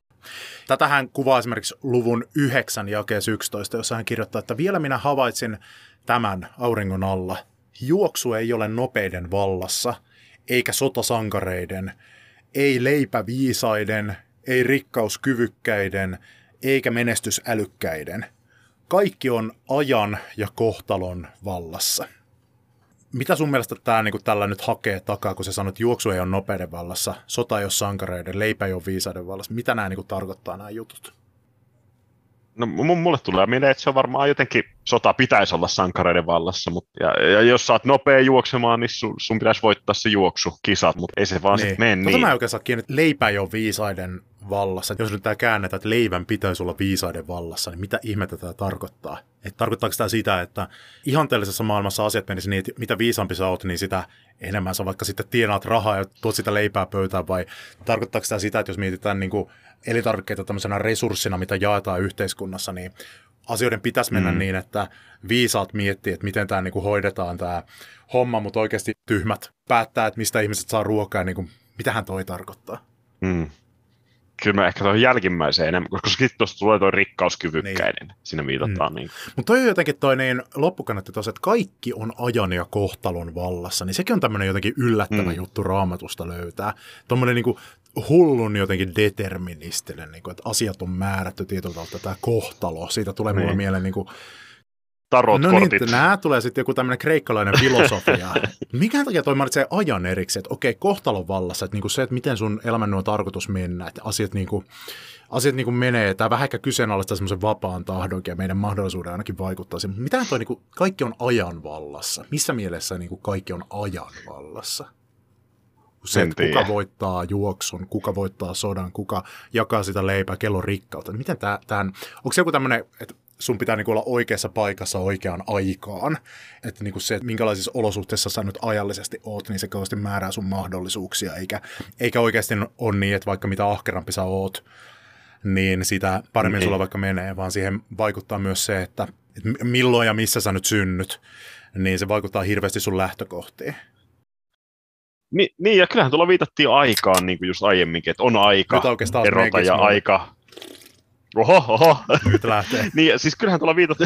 Tätä hän kuvaa esimerkiksi luvun 9 jakeessa 11, jossa hän kirjoittaa, että vielä minä havaitsin tämän auringon alla. Juoksu ei ole nopeiden vallassa, eikä sotasankareiden, ei leipäviisaiden, ei rikkauskyvykkäiden, eikä menestysälykkäiden. Kaikki on ajan ja kohtalon vallassa. Mitä sun mielestä tämä niin tällä nyt hakee takaa, kun sä sanot, että juoksu ei ole nopeiden vallassa, sota ei ole sankareiden, leipä ei ole viisaiden vallassa? Mitä nämä niin tarkoittaa nämä jutut? No mulle tulee mieleen, että se on varmaan jotenkin, sota pitäisi olla sankareiden vallassa, ja jos sä oot nopea juoksemaan, niin sun pitäisi voittaa se juoksukisat, mutta ei se vaan sitten mene niin. Mä en oikein saa kiinni, että leipä ei ole viisaiden vallassa. Jos nyt tämä käännetään, että leivän pitäisi olla viisaiden vallassa, niin mitä ihmettä tämä tarkoittaa? Että tarkoittaako tämä sitä, että ihanteellisessa maailmassa asiat menisi niin, että mitä viisaampi sä oot, niin sitä enemmän sä vaikka sitten tienaat rahaa ja tuot sitä leipää pöytään, vai tarkoittaako tämä sitä, että jos mietitään niin kuin elintarvikkeita tämmöisenä resurssina, mitä jaetaan yhteiskunnassa, niin asioiden pitäisi mennä niin, että viisaat miettii, että miten tämä niin kuin hoidetaan tämä homma, mutta oikeasti tyhmät päättää, että mistä ihmiset saa ruokaa ja niin kuin, mitähän toi tarkoittaa. Kyllä mä ehkä tuohon jälkimmäiseen enemmän, koska sitten tuosta tulee tuo rikkauskyvykkäinen, niin. Siinä viitataan. Niin. Mutta toi on jotenkin toi niin loppukannetti tuossa, että kaikki on ajan ja kohtalon vallassa, niin sekin on tämmöinen jotenkin yllättävä juttu Raamatusta löytää. Tuommoinen niin kuin hullun jotenkin deterministinen, niin kuin, että asiat on määrätty tietyllä tavalla, tämä kohtalo, siitä tulee mulle mieleen niin kuin tarotkortit. No niin, nämä tulee sitten joku tämmöinen kreikkalainen filosofia. Mikä takia toi mainitsee ajan erikseen, että okei, kohtalon vallassa, että niinku se, että miten sun elämän on tarkoitus mennä, että asiat niinku menee, tämä vähän ehkä kyseenalaistaa semmoisen vapaan tahdonkin ja meidän mahdollisuuden ainakin vaikuttaa siihen. Mitähän toi niinku, kaikki on ajan vallassa? Missä mielessä niinku kaikki on ajan vallassa? Se, että kuka voittaa juoksun, kuka voittaa sodan, kuka jakaa sitä leipää, kellon rikkautta. Miten tähän, onko se joku tämmöinen, että sun pitää niinku olla oikeassa paikassa oikeaan aikaan, että niinku se, että minkälaisissa olosuhteissa sä nyt ajallisesti oot, niin se kauheasti määrää sun mahdollisuuksia, eikä oikeasti ole niin, että vaikka mitä ahkerampi sä oot, niin sitä paremmin sulla vaikka menee, vaan siihen vaikuttaa myös se, että milloin ja missä sä nyt synnyt, niin se vaikuttaa hirveästi sun lähtökohtiin. Niin, ja kyllähän tuolla viitattiin aikaan, niin kuin just aiemminkin, että on aika erota ja aika. Oho. Nyt lähtee. Niin, siis kyllähän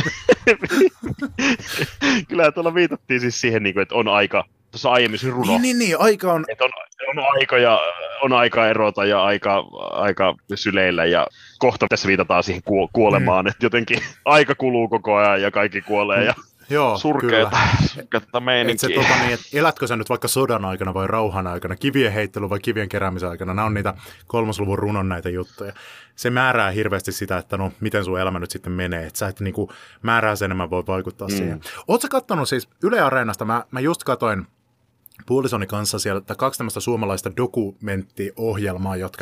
tuolla viitattiin siis siihen, että on aika, tuossa aiemmin se runo. Niin, aika on. Että on aika ja on aika erota ja aika syleillä ja kohta tässä viitataan siihen kuolemaan, että jotenkin aika kuluu koko ajan ja kaikki kuolee. Ja Joo, surkeata kyllä. meininkiä. Et elätkö sä nyt vaikka sodan aikana vai rauhan aikana, kivien heittely vai kivien keräämisen aikana, nämä on niitä 3. luvun runon näitä juttuja. Se määrää hirveästi sitä, että no miten sun elämä nyt sitten menee, että sä et niinku määrää sen enemmän voi vaikuttaa siihen. Ootko sä kattonut siis Yle Areenasta, mä just katoin puolisoni kanssa siellä 2 tämmöistä suomalaista dokumenttiohjelmaa, jotka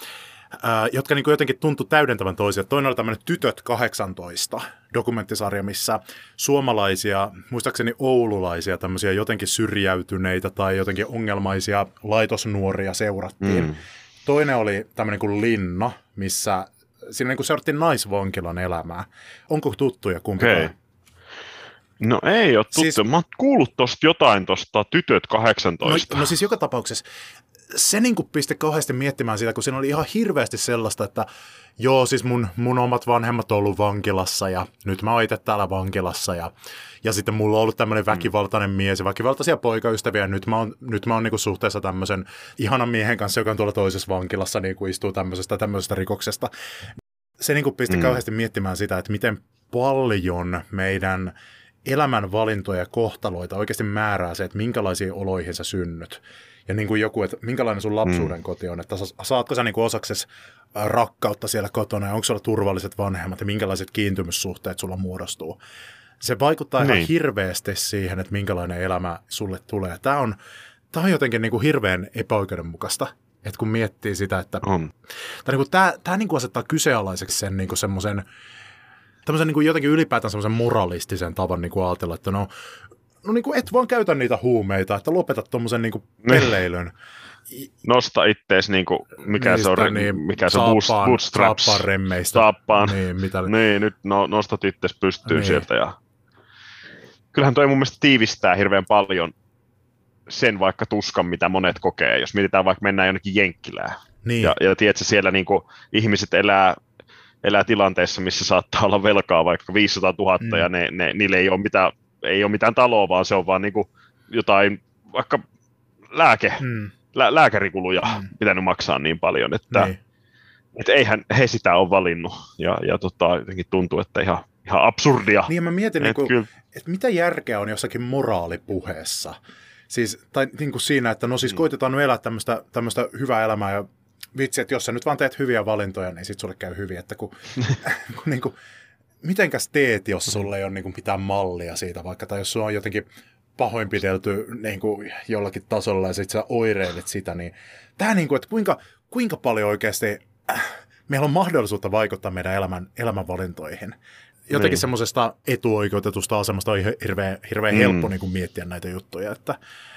jotenkin tuntui täydentävän toisia. Toinen oli tämmöinen Tytöt 18 dokumenttisarja, missä suomalaisia, muistaakseni oululaisia, tämmöisiä jotenkin syrjäytyneitä tai jotenkin ongelmaisia laitosnuoria seurattiin. Toinen oli tämmöinen kuin Linna, missä siinä niin kuin seurattiin naisvankilan elämää. Onko tuttuja kumpikaan? Okay. No ei ole tuttu. Siis, mä oon kuullut jotain tuosta Tytöt 18. No siis joka tapauksessa se niin kuin pisti kauheasti miettimään sitä, kun siinä oli ihan hirveästi sellaista, että joo, siis mun omat vanhemmat on ollut vankilassa ja nyt mä oon itse täällä vankilassa ja sitten mulla on ollut tämmöinen väkivaltainen mies ja väkivaltaisia poikaystäviä ja nyt mä oon niin kuin suhteessa tämmöisen ihanan miehen kanssa, joka on tuolla toisessa vankilassa, niin kuin istuu tämmöisestä rikoksesta. Se niin kuin pisti kauheasti miettimään sitä, että miten paljon meidän elämänvalintoja ja kohtaloita oikeasti määrää se, että minkälaisiin oloihin sä synnyt. Ja niin kuin joku, että minkälainen sun lapsuuden koti on, että saatko sä niin kuin osaksesi rakkautta siellä kotona ja onko sulla turvalliset vanhemmat ja minkälaiset kiintymyssuhteet sulla muodostuu. Se vaikuttaa ihan hirveästi siihen, että minkälainen elämä sulle tulee. Tämä on jotenkin niin kuin hirveän epäoikeudenmukaista, että kun miettii sitä, että tämä niin kuin asettaa kyseenalaiseksi sen niin kuin semmoisen tämmöisen niin kuin jotenkin ylipäätään semmoisen moralistisen tavan niin kuin ajatella, että no niin kuin et vaan käytä niitä huumeita, että lopeta tuommoisen niin kuin pelleilyn. Nosta ittees, niin kuin, mikä se on bootstraps. Saappaan remmeistä. Niin, nyt nostat ittees pystyyn sieltä. Ja kyllähän toi mun mielestä tiivistää hirveän paljon sen vaikka tuskan, mitä monet kokee. Jos mietitään vaikka mennään jonnekin Jenkkilään. Niin. Ja tiedätkö, siellä niin kuin, ihmiset elää tilanteessa, missä saattaa olla velkaa vaikka 500 000 ja niille ei ole mitään taloa, vaan se on vaan niin kuin jotain vaikka lääkärikuluja pitänyt maksaa niin paljon, että eihän he sitä ole valinnut. Ja jotenkin tuntuu, että ihan absurdia. Niin, mä mietin, että mitä järkeä on jossakin moraalipuheessa. Siis, tai niin kuin siinä, että no siis koitetaan elää tämmöistä hyvää elämää ja vitsi, että jos sä nyt vaan teet hyviä valintoja, niin sit sulle käy hyvin. Että kun niin kuin, mitenkäs teet, jos sulle ei ole niin kuin mitään mallia siitä vaikka, tai jos sulla on jotenkin pahoinpidelty niin kuin jollakin tasolla ja sit sä oireilet sitä, niin tämä niin kuin, että kuinka paljon oikeasti meillä on mahdollisuutta vaikuttaa meidän elämänvalintoihin. Jotenkin semmoisesta etuoikeutetusta asemasta on hirveän helppo niin kuin miettiä näitä juttuja, että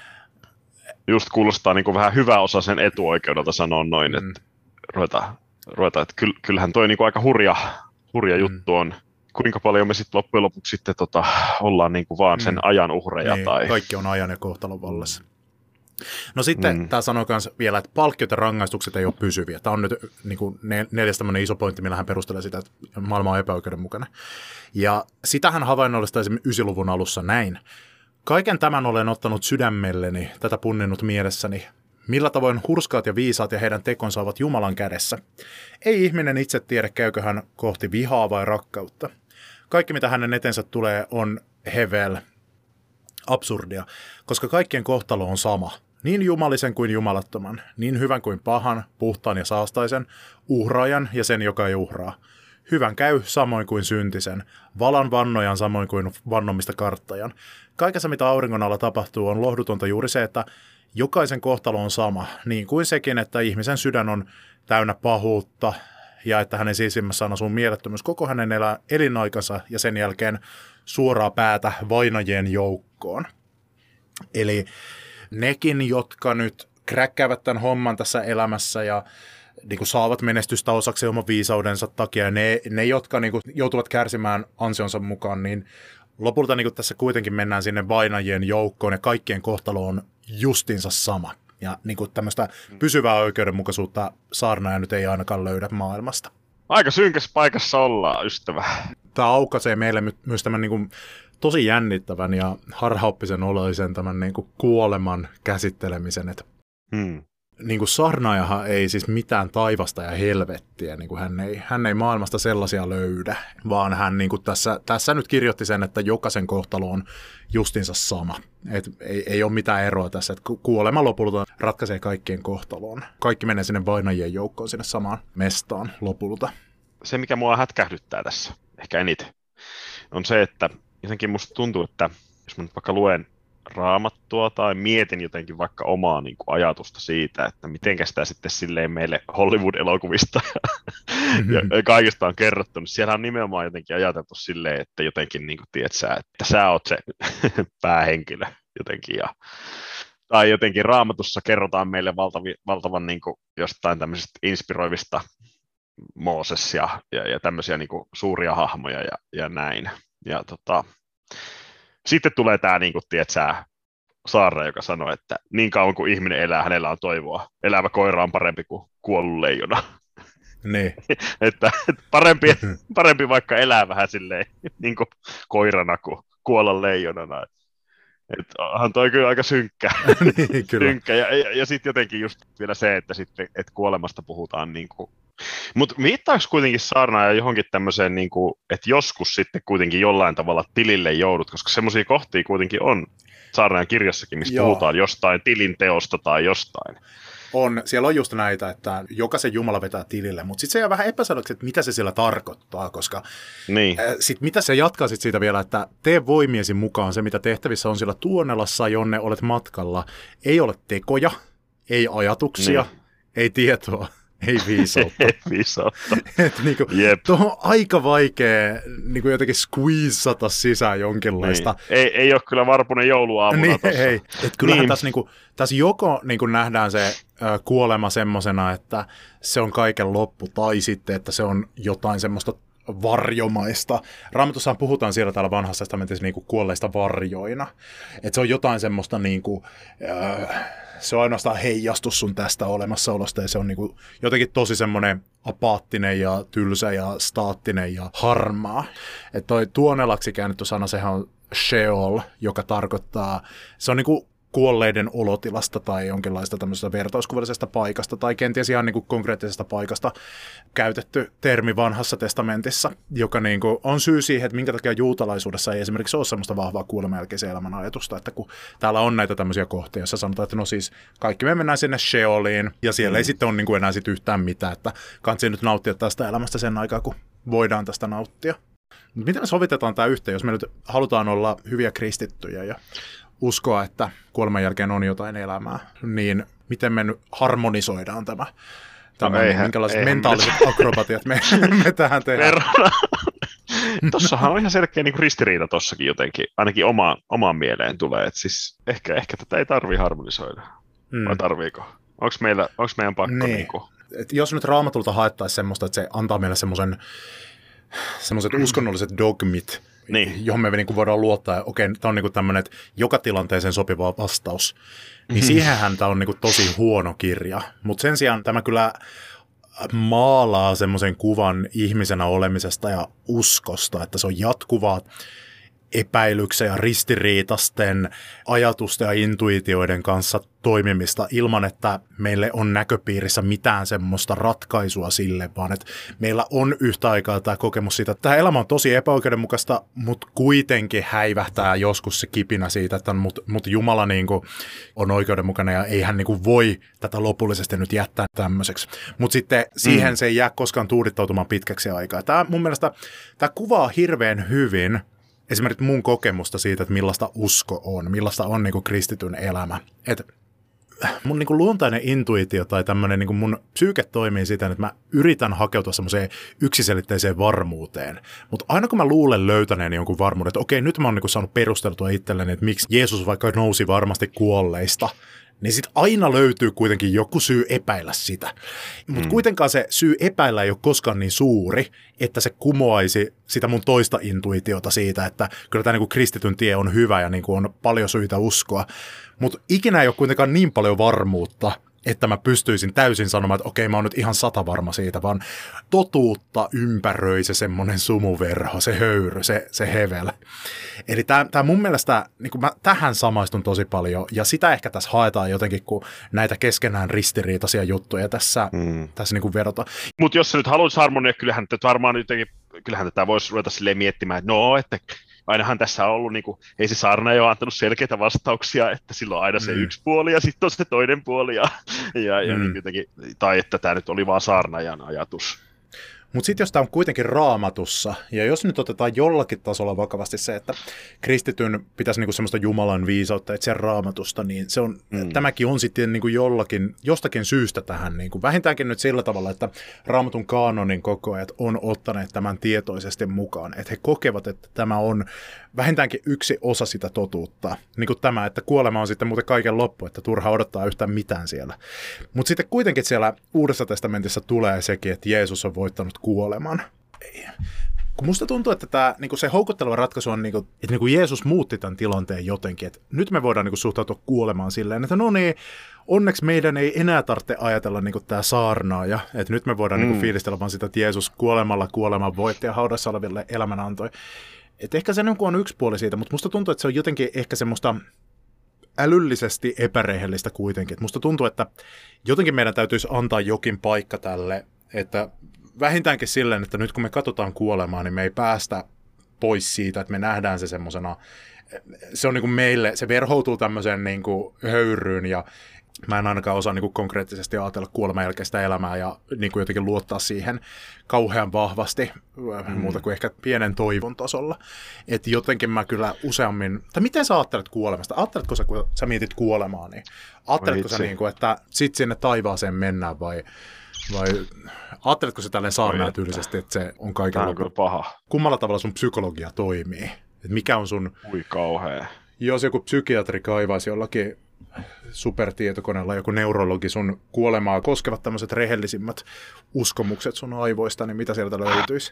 just kuulostaa niin kuin vähän hyväosaisen etuoikeudelta sanoa noin, että ruveta että kyllähän toi niin kuin aika hurja juttu on. Kuinka paljon me sitten loppujen lopuksi sitten ollaan niin kuin vaan sen ajan uhreja. Niin, tai kaikki on ajan ja kohtalon vallassa. No sitten tämä sanoo myös vielä, että palkkiot ja rangaistukset ei ole pysyviä. Tämä on nyt niin kuin 4. tämmöinen iso pointti, millä hän perustelee sitä, että maailma on epäoikeudenmukainen. Ja sitä hän havainnollistaa esimerkiksi 9-luvun alussa näin. Kaiken tämän olen ottanut sydämelleni, tätä punninnut mielessäni. Millä tavoin hurskaat ja viisaat ja heidän tekonsa ovat Jumalan kädessä. Ei ihminen itse tiedä, käykö hän kohti vihaa vai rakkautta. Kaikki, mitä hänen etensä tulee, on hevel, absurdia, koska kaikkien kohtalo on sama. Niin jumalisen kuin jumalattoman, niin hyvän kuin pahan, puhtaan ja saastaisen, uhraajan ja sen, joka ei uhraa. Hyvän käy samoin kuin syntisen, valan vannojan samoin kuin vannomista karttajan. Kaikessa, mitä auringon alla tapahtuu, on lohdutonta juuri se, että jokaisen kohtalo on sama, niin kuin sekin, että ihmisen sydän on täynnä pahuutta ja että hänen sisimmässään asuu mielettömyys koko hänen elinaikansa ja sen jälkeen suoraa päätä vainajien joukkoon. Eli nekin, jotka nyt kräkkäävät tämän homman tässä elämässä ja niin kuin saavat menestystä osaksi oman viisaudensa takia, ja ne jotka niin kuin joutuvat kärsimään ansionsa mukaan, niin lopulta niin kuin tässä kuitenkin mennään sinne vainajien joukkoon, ja kaikkien kohtalo on justinsa sama. Ja niin kuin tämmöistä pysyvää oikeudenmukaisuutta saarnaaja nyt ei ainakaan löydä maailmasta. Aika synkässä paikassa ollaan, ystävä. Tämä aukaisee meille myös tämän niin kuin tosi jännittävän ja harhaoppisen oloisen tämän niin kuin kuoleman käsittelemisen. niin kuin saarnaajahan ei siis mitään taivasta ja helvettiä, niin kuin hän ei maailmasta sellaisia löydä, vaan hän niin kuin tässä nyt kirjoitti sen, että jokaisen kohtalo on justinsa sama. Et ei ole mitään eroa tässä, että kuolema lopulta ratkaisee kaikkien kohtaloon. Kaikki menee sinne vainajien joukkoon, sinne samaan mestaan lopulta. Se, mikä mua hätkähdyttää tässä, ehkä eniten, on se, että jotenkin musta tuntuu, että jos mä nyt vaikka luen Raamattua tai mietin jotenkin vaikka omaa niin kuin ajatusta siitä, että mitenkä sitä sitten silleen meille Hollywood-elokuvista ja kaikista on kerrottu, niin siellä on nimenomaan jotenkin ajateltu silleen, että jotenkin niin kuin tiedät sä, että sä oot se päähenkilö jotenkin. Tai jotenkin Raamatussa kerrotaan meille valtavan niin kuin jostain tämmöisistä inspiroivista Mooses ja tämmöisiä niin kuin suuria hahmoja ja näin. Ja sitten tulee tämä, niin kuin tiedät sä, saarna, joka sanoo, että niin kauan kuin ihminen elää, hänellä on toivoa. Elävä koira on parempi kuin kuollut leijona. Niin. että parempi vaikka elää vähän silleen niin kuin koirana kuin kuolla leijonana. Onhan toi kyllä aika synkkä. Niin, kyllä. Synkkä. Ja sitten jotenkin just vielä se, että kuolemasta puhutaan niin kuin. Mutta viittaako kuitenkin saarnaaja johonkin tämmöiseen, niin kuin, että joskus sitten kuitenkin jollain tavalla tilille joudut, koska semmoisia kohtia kuitenkin on saarnaajan kirjassakin, missä puhutaan jostain tilinteosta tai jostain. Siellä on just näitä, että jokaisen Jumala vetää tilille, mutta sitten se jää vähän epäselväksi, että mitä se siellä tarkoittaa, koska sitten mitä se jatkaa sit siitä vielä, että tee voimiesi mukaan se, mitä tehtävissä on sillä tuonelassa, jonne olet matkalla. Ei ole tekoja, ei ajatuksia, ei tietoa. Ei viisautta. Niinku, tuohon on aika vaikea niinku jotenkin squeezata sisään jonkinlaista. Niin. Ei ole kyllä varpunen jouluaamuna tuossa. Ei. Kyllähän tässä joko niinku nähdään se kuolema semmosena, että se on kaiken loppu, tai sitten, että se on jotain semmoista varjomaista. Raamatussahan puhutaan siellä täällä vanhassa testamentissa niinku kuolleista varjoina. Että se on jotain semmoista niinku, se on ainoastaan heijastus sun tästä olemassaolosta, ja se on niinku jotenkin tosi semmoinen apaattinen ja tylsä ja staattinen ja harmaa. Että toi tuonelaksi käännetty sana, sehän on Sheol, joka tarkoittaa, se on niinku kuolleiden olotilasta tai jonkinlaista tämmöisestä vertauskuvallisesta paikasta tai kenties ihan niin kuin konkreettisesta paikasta käytetty termi vanhassa testamentissa, joka niin kuin on syy siihen, että minkä takia juutalaisuudessa ei esimerkiksi ole semmoista vahvaa kuoleman jälkeisen elämän ajatusta, että kun täällä on näitä tämmöisiä kohtia, joissa sanotaan, että no siis kaikki me mennään sinne Sheoliin ja siellä ei sitten ole niin kuin enää sit yhtään mitään, että kansi nyt nauttia tästä elämästä sen aikaa, kun voidaan tästä nauttia. Miten me sovitetaan tämä yhteen, jos me nyt halutaan olla hyviä kristittyjä ja uskoa, että kuoleman jälkeen on jotain elämää, niin miten me nyt harmonisoidaan tämä minkälaiset mentaaliset akrobatiat me tähän tehdään? Tossahan on ihan selkeä niin kuin ristiriita tossakin jotenkin, ainakin omaan mieleen tulee, että siis ehkä tätä ei tarvitse harmonisoida, vai tarviiko? Onko meidän pakko? Niin. Et jos nyt Raamatulta haettaisiin semmoista, että se antaa meille semmoiset uskonnolliset dogmit, johon me niin kuin voidaan luottaa, että okei, tämä on niin tämmöinen, että joka tilanteeseen sopiva vastaus, niin siihenhän tämä on niin kuin tosi huono kirja. Mutta sen sijaan tämä kyllä maalaa semmoisen kuvan ihmisenä olemisesta ja uskosta, että se on jatkuvaa epäilyksen ja ristiriitasten ajatusten ja intuitioiden kanssa toimimista ilman, että meille on näköpiirissä mitään semmoista ratkaisua sille, vaan että meillä on yhtä aikaa tämä kokemus siitä, että tämä elämä on tosi epäoikeudenmukaista, mutta kuitenkin häivähtää joskus se kipinä siitä, että mut Jumala niin kuin on oikeudenmukainen ja ei hän niin kuin voi tätä lopullisesti nyt jättää tämmöiseksi. Mutta sitten siihen se ei jää koskaan tuudittautumaan pitkäksi aikaa. Tämä mun mielestä tämä kuvaa hirveän hyvin esimerkiksi mun kokemusta siitä, että millaista usko on, millaista on niin kuin kristityn elämä. Että mun niin kuin luontainen intuitio tai tämmöinen niin kuin mun psyyke toimii siten, että mä yritän hakeutua semmoiseen yksiselitteiseen varmuuteen. Mutta aina kun mä luulen löytäneeni jonkun varmuuden, että okei, nyt mä oon niin kuin saanut perusteltua itselleni, että miksi Jeesus vaikka nousi varmasti kuolleista, niin sitten aina löytyy kuitenkin joku syy epäillä sitä. Mutta kuitenkaan se syy epäillä ei ole koskaan niin suuri, että se kumoaisi sitä mun toista intuitiota siitä, että kyllä tämä niinku kristityn tie on hyvä ja niinku on paljon syitä uskoa. Mutta ikinä ei ole kuitenkaan niin paljon varmuutta, että mä pystyisin täysin sanomaan, että okei, mä oon nyt ihan satavarma siitä, vaan totuutta ympäröi se semmoinen sumuverho, se höyry, se hevel. Eli tää mun mielestä, niin mä tähän samaistun tosi paljon, ja sitä ehkä tässä haetaan jotenkin, kun näitä keskenään ristiriitaisia juttuja tässä niin kuin vedotaan. Mutta jos sä nyt haluaisi harmonia, kyllähän tätä voisi ruveta silleen miettimään, että että ainahan tässä on ollut, niin kuin, ei se saarnaaja ole antanut selkeitä vastauksia, että silloin on aina se yksi puoli ja sitten on se toinen puoli, ja niin jotenkin, tai että tämä nyt oli vaan saarnaajan ajatus. Mutta sitten jos tämä on kuitenkin Raamatussa, ja jos nyt otetaan jollakin tasolla vakavasti se, että kristityn pitäisi niinku semmoista Jumalan viisautta etsiä Raamatusta, niin se on, tämäkin on sitten niinku jostakin syystä tähän, niinku, vähintäänkin nyt sillä tavalla, että Raamatun kaanonin kokoajat on ottaneet tämän tietoisesti mukaan, että he kokevat, että tämä on vähintäänkin yksi osa sitä totuutta, niin kuin tämä, että kuolema on sitten muuten kaiken loppu, että turha odottaa yhtään mitään siellä. Mutta sitten kuitenkin siellä Uudessa testamentissa tulee sekin, että Jeesus on voittanut kuoleman. Kun musta tuntuu, että tämä, niin se houkutteleva ratkaisu on, että Jeesus muutti tämän tilanteen jotenkin, että nyt me voidaan suhtautua kuolemaan silleen, että no niin, onneksi meidän ei enää tarvitse ajatella tämä saarnaaja, että nyt me voidaan fiilistellä vaan sitä, että Jeesus kuoleman voitti ja haudassa oleville elämän antoi. Että ehkä se on yksi puoli siitä, mutta musta tuntuu, että se on jotenkin ehkä semmoista älyllisesti epärehellistä kuitenkin. Et musta tuntuu, että jotenkin meidän täytyisi antaa jokin paikka tälle, että vähintäänkin silleen, että nyt kun me katsotaan kuolemaa, niin me ei päästä pois siitä, että me nähdään se semmosena, se on niin kuin meille, se verhoutuu tämmöiseen niin kuin höyryyn ja mä en ainakaan osaa niin kuin konkreettisesti ajatella kuoleman jälkeistä elämää ja niin kuin jotenkin luottaa siihen kauhean vahvasti, muuta kuin ehkä pienen toivon tasolla. Että jotenkin mä kyllä useammin, tai miten sä ajattelet kuolemasta? Ajatteletko sä, kun sä mietit kuolemaa, niin ajatteletko sä niin kuin, että sit sinne taivaaseen mennään vai ajatteletko sä tälleen saarnaatyylisesti, että se on kaiken loppu? Paha. Kummalla tavalla sun psykologia toimii? Et mikä on sun... Ui kauhea. Jos joku psykiatri kaivaisi jollakin supertietokoneella, joku neurologi sun kuolemaa koskevat tämmöiset rehellisimmät uskomukset sun aivoista, niin mitä sieltä löytyisi?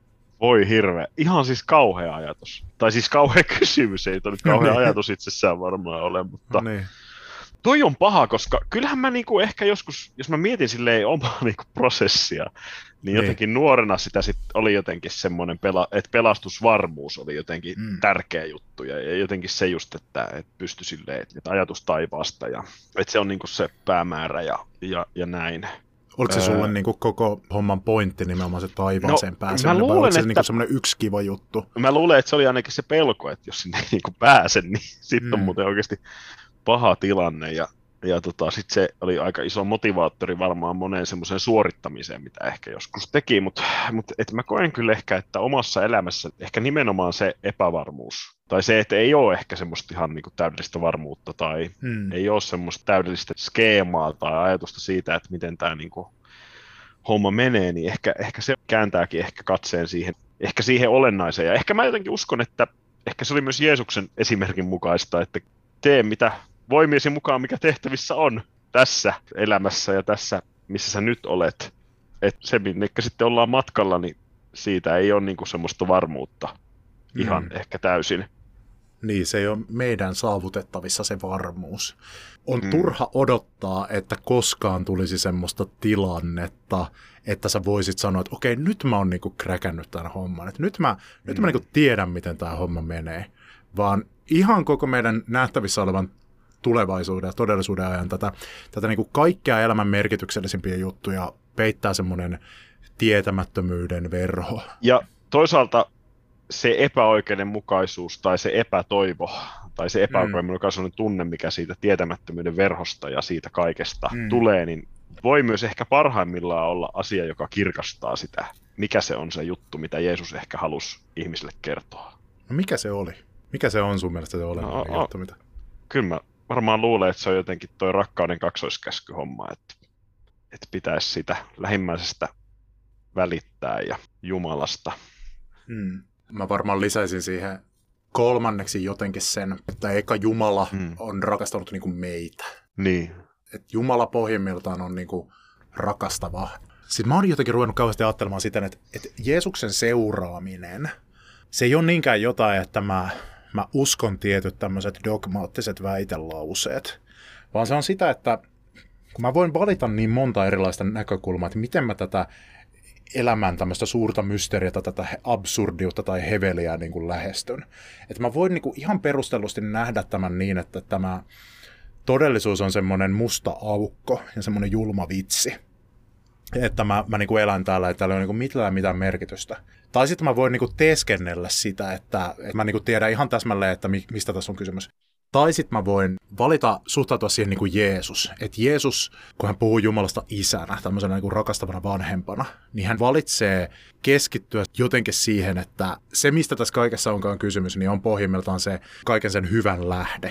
Voi hirveä. Ihan siis kauhea ajatus. Tai siis kauhea kysymys, ei toi nyt kauhea ajatus itsessään varmaan ole, mutta... niin. Toi on paha, koska kyllähän mä niinku ehkä joskus, jos mä mietin silleen omaa niinku prosessia, niin jotenkin nuorena sitä sit oli jotenkin semmoinen, että pelastusvarmuus oli jotenkin tärkeä juttu. Ja jotenkin se just, että pystyi silleen, että ajatus taivaasta ja että se on niinku se päämäärä ja näin. Oliko se sulle niinku koko homman pointti nimenomaan se taivaaseen pääseminen, vai oliko se niinku semmoinen yksi kiva juttu? Mä luulen, että se oli ainakin se pelko, että jos sinne ei niinku pääse, niin sitten on muuten oikeasti paha tilanne ja sitten se oli aika iso motivaattori varmaan moneen semmoiseen suorittamiseen, mitä ehkä joskus teki, mutta mä koen kyllä ehkä, että omassa elämässä ehkä nimenomaan se epävarmuus, tai se, että ei ole ehkä semmoista ihan niinku täydellistä varmuutta, tai ei ole semmoista täydellistä skeemaa tai ajatusta siitä, että miten tämä niinku homma menee, niin ehkä se kääntääkin ehkä katseen siihen olennaiseen, ja ehkä mä jotenkin uskon, että ehkä se oli myös Jeesuksen esimerkin mukaista, että tee mitä voimiesi mukaan, mikä tehtävissä on tässä elämässä ja tässä, missä sä nyt olet. Että se, minnekä sitten ollaan matkalla, niin siitä ei ole niinku semmoista varmuutta ihan ehkä täysin. Niin, se ei ole meidän saavutettavissa se varmuus. On turha odottaa, että koskaan tulisi semmoista tilannetta, että sä voisit sanoa, että okei, nyt mä oon niinku kräkännyt tämän homman. Että nyt mä niinku tiedän, miten tämä homma menee. Vaan ihan koko meidän nähtävissä olevan tulevaisuuden ja todellisuuden ajan tätä niin kuin kaikkea elämän merkityksellisimpiä juttuja peittää semmoinen tietämättömyyden verho. Ja toisaalta se epäoikeudenmukaisuus tai se epätoivo tai se epäoikeudenmukaisuuden tunne, mikä siitä tietämättömyyden verhosta ja siitä kaikesta tulee, niin voi myös ehkä parhaimmillaan olla asia, joka kirkastaa sitä, mikä se on se juttu, mitä Jeesus ehkä halusi ihmisille kertoa. No mikä se oli? Mikä se on sun mielestä se olennainen juttu? Mitä? Kyllä mä varmaan luulen, että se on jotenkin toi rakkauden kaksoiskäskyhomma, että pitäisi sitä lähimmäisestä välittää ja Jumalasta. Mä varmaan lisäisin siihen kolmanneksi jotenkin sen, että eka Jumala on rakastanut niinku meitä. Niin. Että Jumala pohjimmiltaan on niinku rakastava. Sitten mä oon jotenkin ruvennut kauheasti ajattelemaan sitä, että Jeesuksen seuraaminen, se ei ole niinkään jotain, että mä uskon tietyt tämmöiset dogmaattiset väitelauseet, vaan se on sitä, että kun mä voin valita niin monta erilaista näkökulmaa, että miten mä tätä elämän tämmöistä suurta mysteeriota, tätä absurdiutta tai heveliä niin kuin lähestyn. Että mä voin niin kuin ihan perustellusti nähdä tämän niin, että tämä todellisuus on semmoinen musta aukko ja semmoinen julma vitsi. Että mä niin kuin elän täällä, että täällä ei ole mitään merkitystä. Tai sitten mä voin niin kuin teeskennellä sitä, että mä niin kuin tiedän ihan täsmälleen, että mistä tässä on kysymys. Tai sitten mä voin valita suhtautua siihen niin kuin Jeesus. Että Jeesus, kun hän puhuu Jumalasta isänä, tämmöisenä niin kuin rakastavana vanhempana, niin hän valitsee keskittyä jotenkin siihen, että se, mistä tässä kaikessa onkaan kysymys, niin on pohjimmiltaan se kaiken sen hyvän lähde.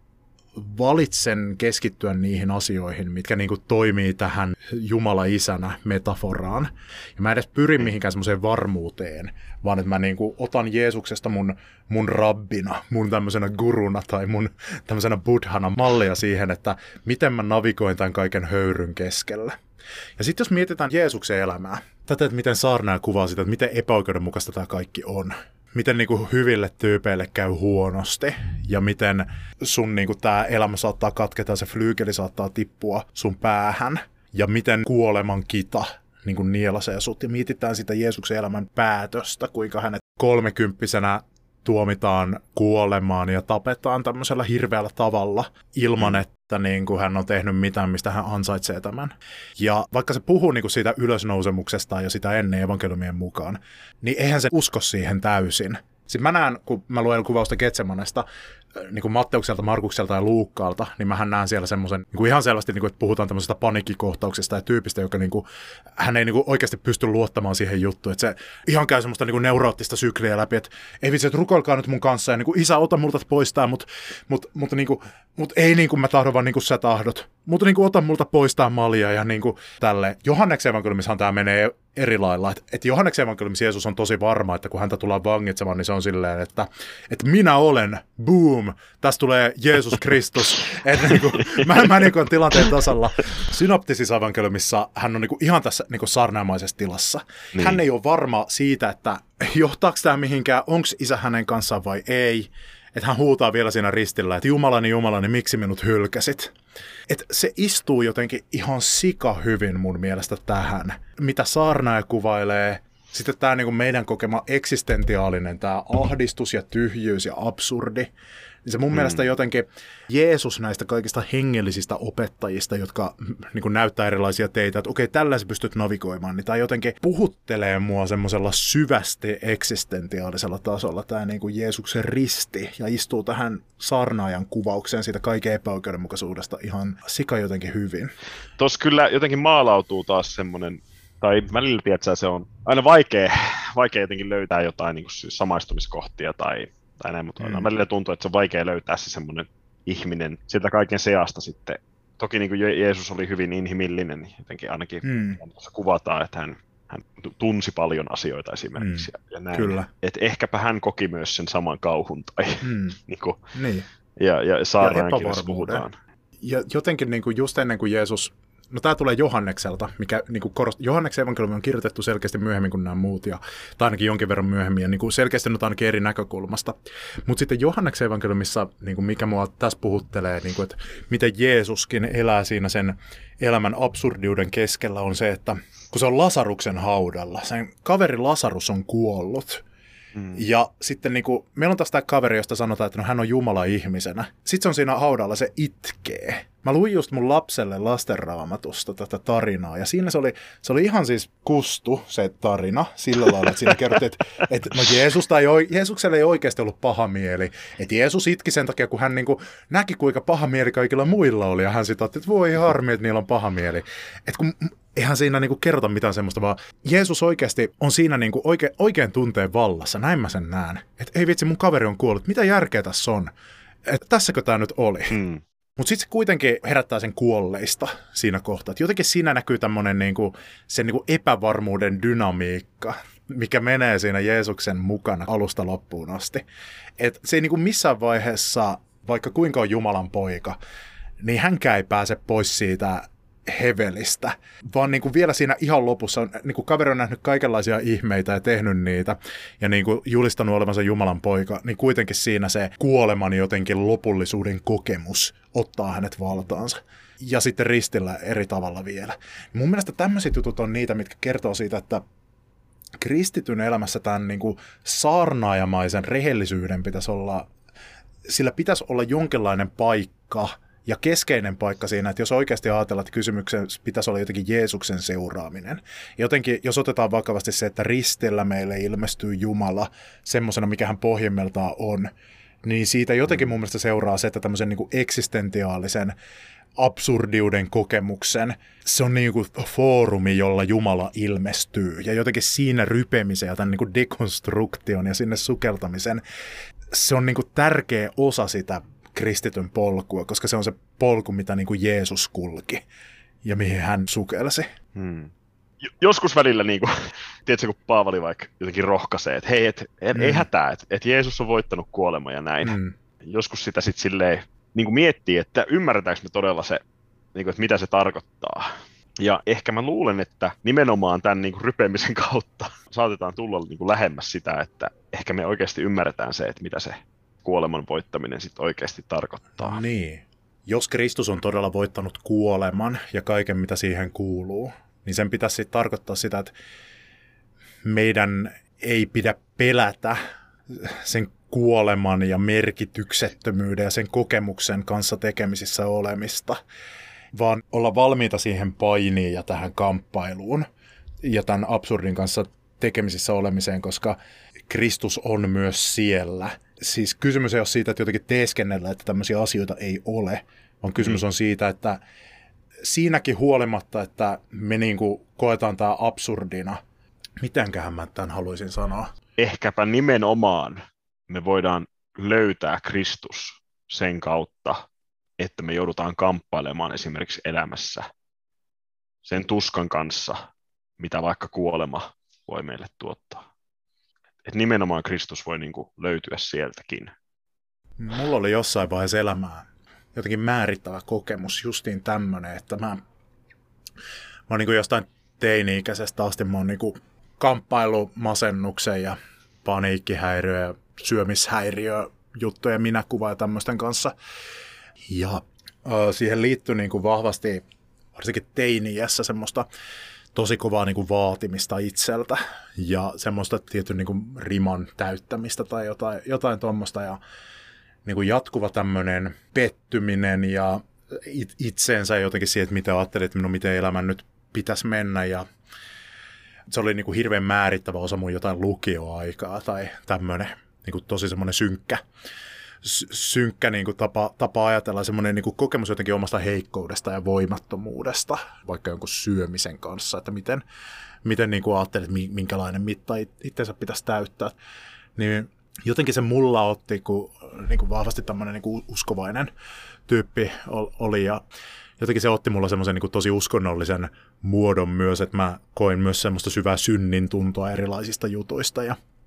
Valitsen keskittyä niihin asioihin, mitkä niin kuin toimii tähän Jumala-isänä metaforaan. Ja mä edes pyrin mihinkään semmoiseen varmuuteen, vaan että mä niin kuin otan Jeesuksesta mun rabbina, mun tämmöisenä guruna tai mun tämmöisenä buddhana mallia siihen, että miten mä navigoin tämän kaiken höyryn keskellä. Ja sitten jos mietitään Jeesuksen elämää, tätä, että miten saarnaaja kuvaa sitä, että miten epäoikeudenmukaista tämä kaikki on. Miten niinku hyville tyypeille käy huonosti ja miten sun niinku tää elämä saattaa katketa ja se flyykeli saattaa tippua sun päähän ja miten kuoleman kita niinku nielasee sut ja mietitään sitä Jeesuksen elämän päätöstä, kuinka hänet 30-vuotiaana tuomitaan kuolemaan ja tapetaan tämmöisellä hirveällä tavalla ilman, että niin kuin hän on tehnyt mitään, mistä hän ansaitsee tämän. Ja vaikka se puhuu niin kuin siitä ylösnousemuksesta ja sitä ennen evankeliumien mukaan, niin eihän se usko siihen täysin. Sitten mä näen, kun mä luen kuvausta Getsemanesta, niin kuin Matteukselta, Markukselta ja Luukkaalta, niin mähän näen siellä semmoisen niin kuin ihan selvästi, niin kuin, että puhutaan tämmöisestä paniikkikohtauksesta ja tyypistä, joka niin kuin, hän ei niin kuin oikeasti pysty luottamaan siihen juttuun. Että se ihan käy semmoista niin kuin neuroottista sykliä läpi, että ei vitsi, että rukoilkaa nyt mun kanssa ja niin kuin, isä, ota multa pois tää, mutta ei niin kuin mä tahdon, vaan niin kuin sä tahdot. Mutta niin kuin, ota multa pois tää malja ja niin kuin tälle. Johanneksen evankeliumissahan tämä menee eri lailla. Että Johanneksen evankeliumissa Jeesus on tosi varma, että kun häntä tullaan vangitsemaan, niin se on silleen, että minä olen, boom, tästä tulee Jeesus Kristus. Että niin kuin, mä niin kuin tilanteen tasalla. Synoptisissa evankeliumissa hän on niin kuin ihan tässä niin kuin saarnaamaisessa tilassa. Niin. Hän ei ole varma siitä, että johtaako tämä mihinkään, onko isä hänen kanssaan vai ei. Että hän huutaa vielä siinä ristillä, että Jumalani, miksi minut hylkäsit? Että se istuu jotenkin ihan sika hyvin mun mielestä tähän, mitä saarnaaja kuvailee. Sitten tämä niin kuin meidän kokema eksistentiaalinen, tämä ahdistus ja tyhjyys ja absurdi. Niin se mun mielestä jotenkin Jeesus näistä kaikista hengellisistä opettajista, jotka niin kuin näyttää erilaisia teitä, että okei, tällä sä pystyt navigoimaan, niin tämä jotenkin puhuttelee mua semmoisella syvästi eksistentiaalisella tasolla, tämä niin kuin Jeesuksen risti, ja istuu tähän saarnaajan kuvaukseen siitä kaiken epäoikeudenmukaisuudesta ihan sika jotenkin hyvin. Tuossa kyllä jotenkin maalautuu taas semmoinen, tai välillä tiedätkö, se on aina vaikea jotenkin löytää jotain niin kuin samaistumiskohtia tai näin, mutta välillä tuntuu, että se on vaikea löytää se semmoinen ihminen sieltä kaiken seasta sitten. Toki niin kuin Jeesus oli hyvin inhimillinen, niin jotenkin ainakin kuvataan, että hän tunsi paljon asioita esimerkiksi ja näin. Kyllä. Että ehkäpä hän koki myös sen saman kauhun tai niin kuin, ja saarnaankin puhutaan. Ja jotenkin niin kuin just ennen kuin Jeesus, no tämä tulee Johannekselta, mikä niin kuin Johanneksen evankeliumi on kirjoitettu selkeästi myöhemmin kuin nämä muut, tai ainakin jonkin verran myöhemmin, ja niin kuin selkeästi nyt ainakin eri näkökulmasta. Mutta sitten Johanneksen evankeliumissa, niin kuin mikä mua tässä puhuttelee, niin kuin, että miten Jeesuskin elää siinä sen elämän absurdiuden keskellä, on se, että kun se on Lasaruksen haudalla, sen kaveri Lasarus on kuollut. Ja sitten niin kuin, meillä on tästä kaveri, josta sanotaan, että no, hän on Jumala ihmisenä. Sitten se on siinä haudalla, se itkee. Mä luin just mun lapselle lastenraamatusta tätä tarinaa, ja siinä se oli ihan siis kustu se tarina, sillä lailla, että siinä kerrottiin, että no Jeesukselle ei oikeasti ollut paha mieli. Että Jeesus itki sen takia, kun hän niin kuin näki, kuinka paha mieli kaikilla muilla oli, ja hän sitten otti, että voi harmi, että niillä on paha mieli. Että kun eihän siinä niinku kerrota mitään semmoista, vaan Jeesus oikeasti on siinä niinku oikein tunteen vallassa, näin mä sen näen. Että ei vitsi, mun kaveri on kuollut, mitä järkeä tässä on? Että tässäkö tämä nyt oli? Mutta sitten se kuitenkin herättää sen kuolleista siinä kohtaa. Et jotenkin siinä näkyy tämmöinen niinku, sen niinku epävarmuuden dynamiikka, mikä menee siinä Jeesuksen mukana alusta loppuun asti. Et se ei niinku missään vaiheessa, vaikka kuinka on Jumalan poika, niin hänkään ei pääse pois siitä hevelistä, vaan niin kuin vielä siinä ihan lopussa on, niin kuin kaveri on nähnyt kaikenlaisia ihmeitä ja tehnyt niitä ja niin kuin julistanut olevansa Jumalan poika, niin kuitenkin siinä se kuoleman jotenkin lopullisuuden kokemus ottaa hänet valtaansa. ja sitten ristillä eri tavalla vielä. Mun mielestä tämmöiset jutut on niitä, mitkä kertoo siitä, että kristityn elämässä tämän niin kuin saarnaajamaisen rehellisyyden pitäisi olla, sillä pitäisi olla jonkinlainen paikka ja keskeinen paikka siinä, että jos oikeasti ajatellaan, että kysymyksen pitäisi olla jotenkin Jeesuksen seuraaminen. Jotenkin, jos otetaan vakavasti se, että ristillä meille ilmestyy Jumala semmoisena, mikä hän pohjimmiltaan on, niin siitä jotenkin mun mielestä seuraa se, että tämmöisen niin kuin eksistentiaalisen absurdiuden kokemuksen, se on niin kuin foorumi, jolla Jumala ilmestyy. Ja jotenkin siinä rypemisen ja tämän niin kuin dekonstruktion ja sinne sukeltamisen, se on niin kuin tärkeä osa sitä kristityn polkua, koska se on se polku, mitä niin kuin Jeesus kulki ja mihin hän sukelsi. Joskus välillä, niin kuin, tiedätkö, kun Paavali vaikka jotenkin rohkaisee, että hei, ei hätää, että Jeesus on voittanut kuoleman ja näin. Joskus sitä sitten silleen niin kuin miettii, että ymmärretäänkö me todella se, niin kuin, että mitä se tarkoittaa. Ja ehkä mä luulen, että nimenomaan tämän niin kuin rypemisen kautta saatetaan tulla niin kuin lähemmäs sitä, että ehkä me oikeasti ymmärretään se, että mitä se kuoleman voittaminen sitten oikeasti tarkoittaa. Niin. Jos Kristus on todella voittanut kuoleman ja kaiken, mitä siihen kuuluu, niin sen pitäisi sitten tarkoittaa sitä, että meidän ei pidä pelätä sen kuoleman ja merkityksettömyyden ja sen kokemuksen kanssa tekemisissä olemista, vaan olla valmiita siihen painiin ja tähän kamppailuun ja tämän absurdin kanssa tekemisissä olemiseen, koska Kristus on myös siellä. Siis kysymys ei ole siitä, että jotenkin teeskennellä, että tämmöisiä asioita ei ole, vaan kysymys on siitä, että siinäkin huolimatta, että me niinku koetaan tämä absurdina, mitenköhän mä tämän haluaisin sanoa? Ehkäpä nimenomaan me voidaan löytää Kristus sen kautta, että me joudutaan kamppailemaan esimerkiksi elämässä sen tuskan kanssa, mitä vaikka kuolema voi meille tuottaa. Että nimenomaan Kristus voi niinku löytyä sieltäkin. Mulla oli jossain vaiheessa elämää jotenkin määrittävä kokemus, justiin tämmöinen, että mä oon niinku jostain teini-ikäisestä asti mä oon niinku kamppailu masennuksen ja paniikkihäiriö ja syömishäiriö juttuja, minäkuva ja tämmöisten kanssa. Ja siihen liittyy niinku vahvasti, varsinkin teini-iässä, semmoista tosi kovaa niinku vaatimista itseltä ja semmoista tietyn niinku riman täyttämistä tai jotain tuommoista ja niinku jatkuva tämmöinen pettyminen ja itseensä jotenkin siihen, että mitä ajattelit, miten elämän nyt pitäisi mennä ja se oli niinku hirveän määrittävä osa mun jotain lukioaikaa tai tämmöinen niinku tosi semmoinen synkkä niinku tapa ajatella, semmoinen niinku kokemus jotenkin omasta heikkoudesta ja voimattomuudesta, vaikka jonkun syömisen kanssa, että miten niinku ajattelet, minkälainen mitta itsensä pitäisi täyttää. Niin jotenkin se mulla otti, kun niinku vahvasti tämmöinen niinku uskovainen tyyppi oli ja jotenkin se otti mulla semmoisen niin tosi uskonnollisen muodon myös, että mä koin myös semmoista syvää synnin tuntoa erilaisista jutuista.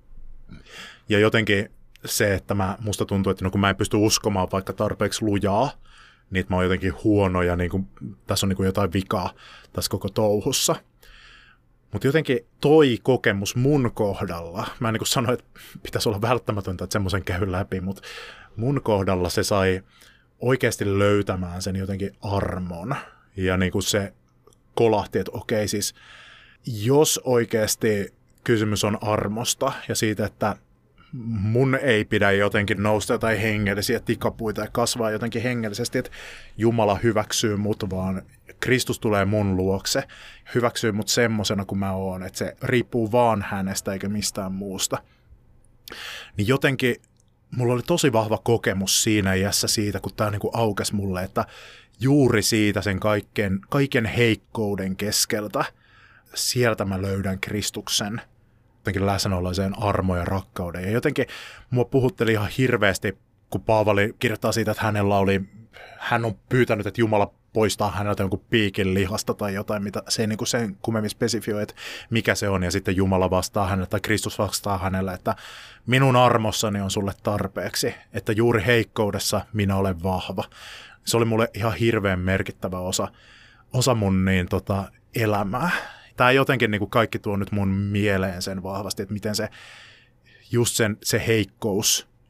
Ja jotenkin se, että musta tuntuu, että kun mä en pysty uskomaan vaikka tarpeeksi lujaa, niin mä oon jotenkin huono ja niin kuin, tässä on niin kuin jotain vikaa tässä koko touhussa. Mutta jotenkin toi kokemus mun kohdalla, mä en niin kuin sano, että pitäisi olla välttämätöntä, että semmoisen käy läpi, mutta mun kohdalla se sai oikeasti löytämään sen jotenkin armon. Ja niin kuin se kolahti, että okei, siis jos oikeasti kysymys on armosta ja siitä, että mun ei pidä jotenkin nousta jotain hengellisiä tikapuita ja kasvaa jotenkin hengellisesti, että Jumala hyväksyy mut, vaan Kristus tulee mun luokse, hyväksyy mut semmosena kuin mä oon, että se riippuu vaan hänestä eikä mistään muusta. Niin jotenkin mulla oli tosi vahva kokemus siinä iässä siitä, kun tää niinku aukesi mulle, että juuri siitä sen kaiken heikkouden keskeltä, sieltä mä löydän Kristuksen jotenkin läsnäoloiseen armo ja rakkauden. Ja jotenkin mua puhutteli ihan hirveästi, kun Paavali kirjoittaa siitä, että hän on pyytänyt, että Jumala poistaa häneltä jonkun piikin lihasta tai jotain, mitä se ei niin kuin sen kummemmin spesifioi, että mikä se on. Ja sitten Jumala vastaa hänelle, tai Kristus vastaa hänelle, että minun armossani on sulle tarpeeksi, että juuri heikkoudessa minä olen vahva. Se oli mulle ihan hirveän merkittävä osa mun elämää. Tämä jotenkin niin kuin kaikki tuo nyt mun mieleen sen vahvasti, että miten se just se heikkous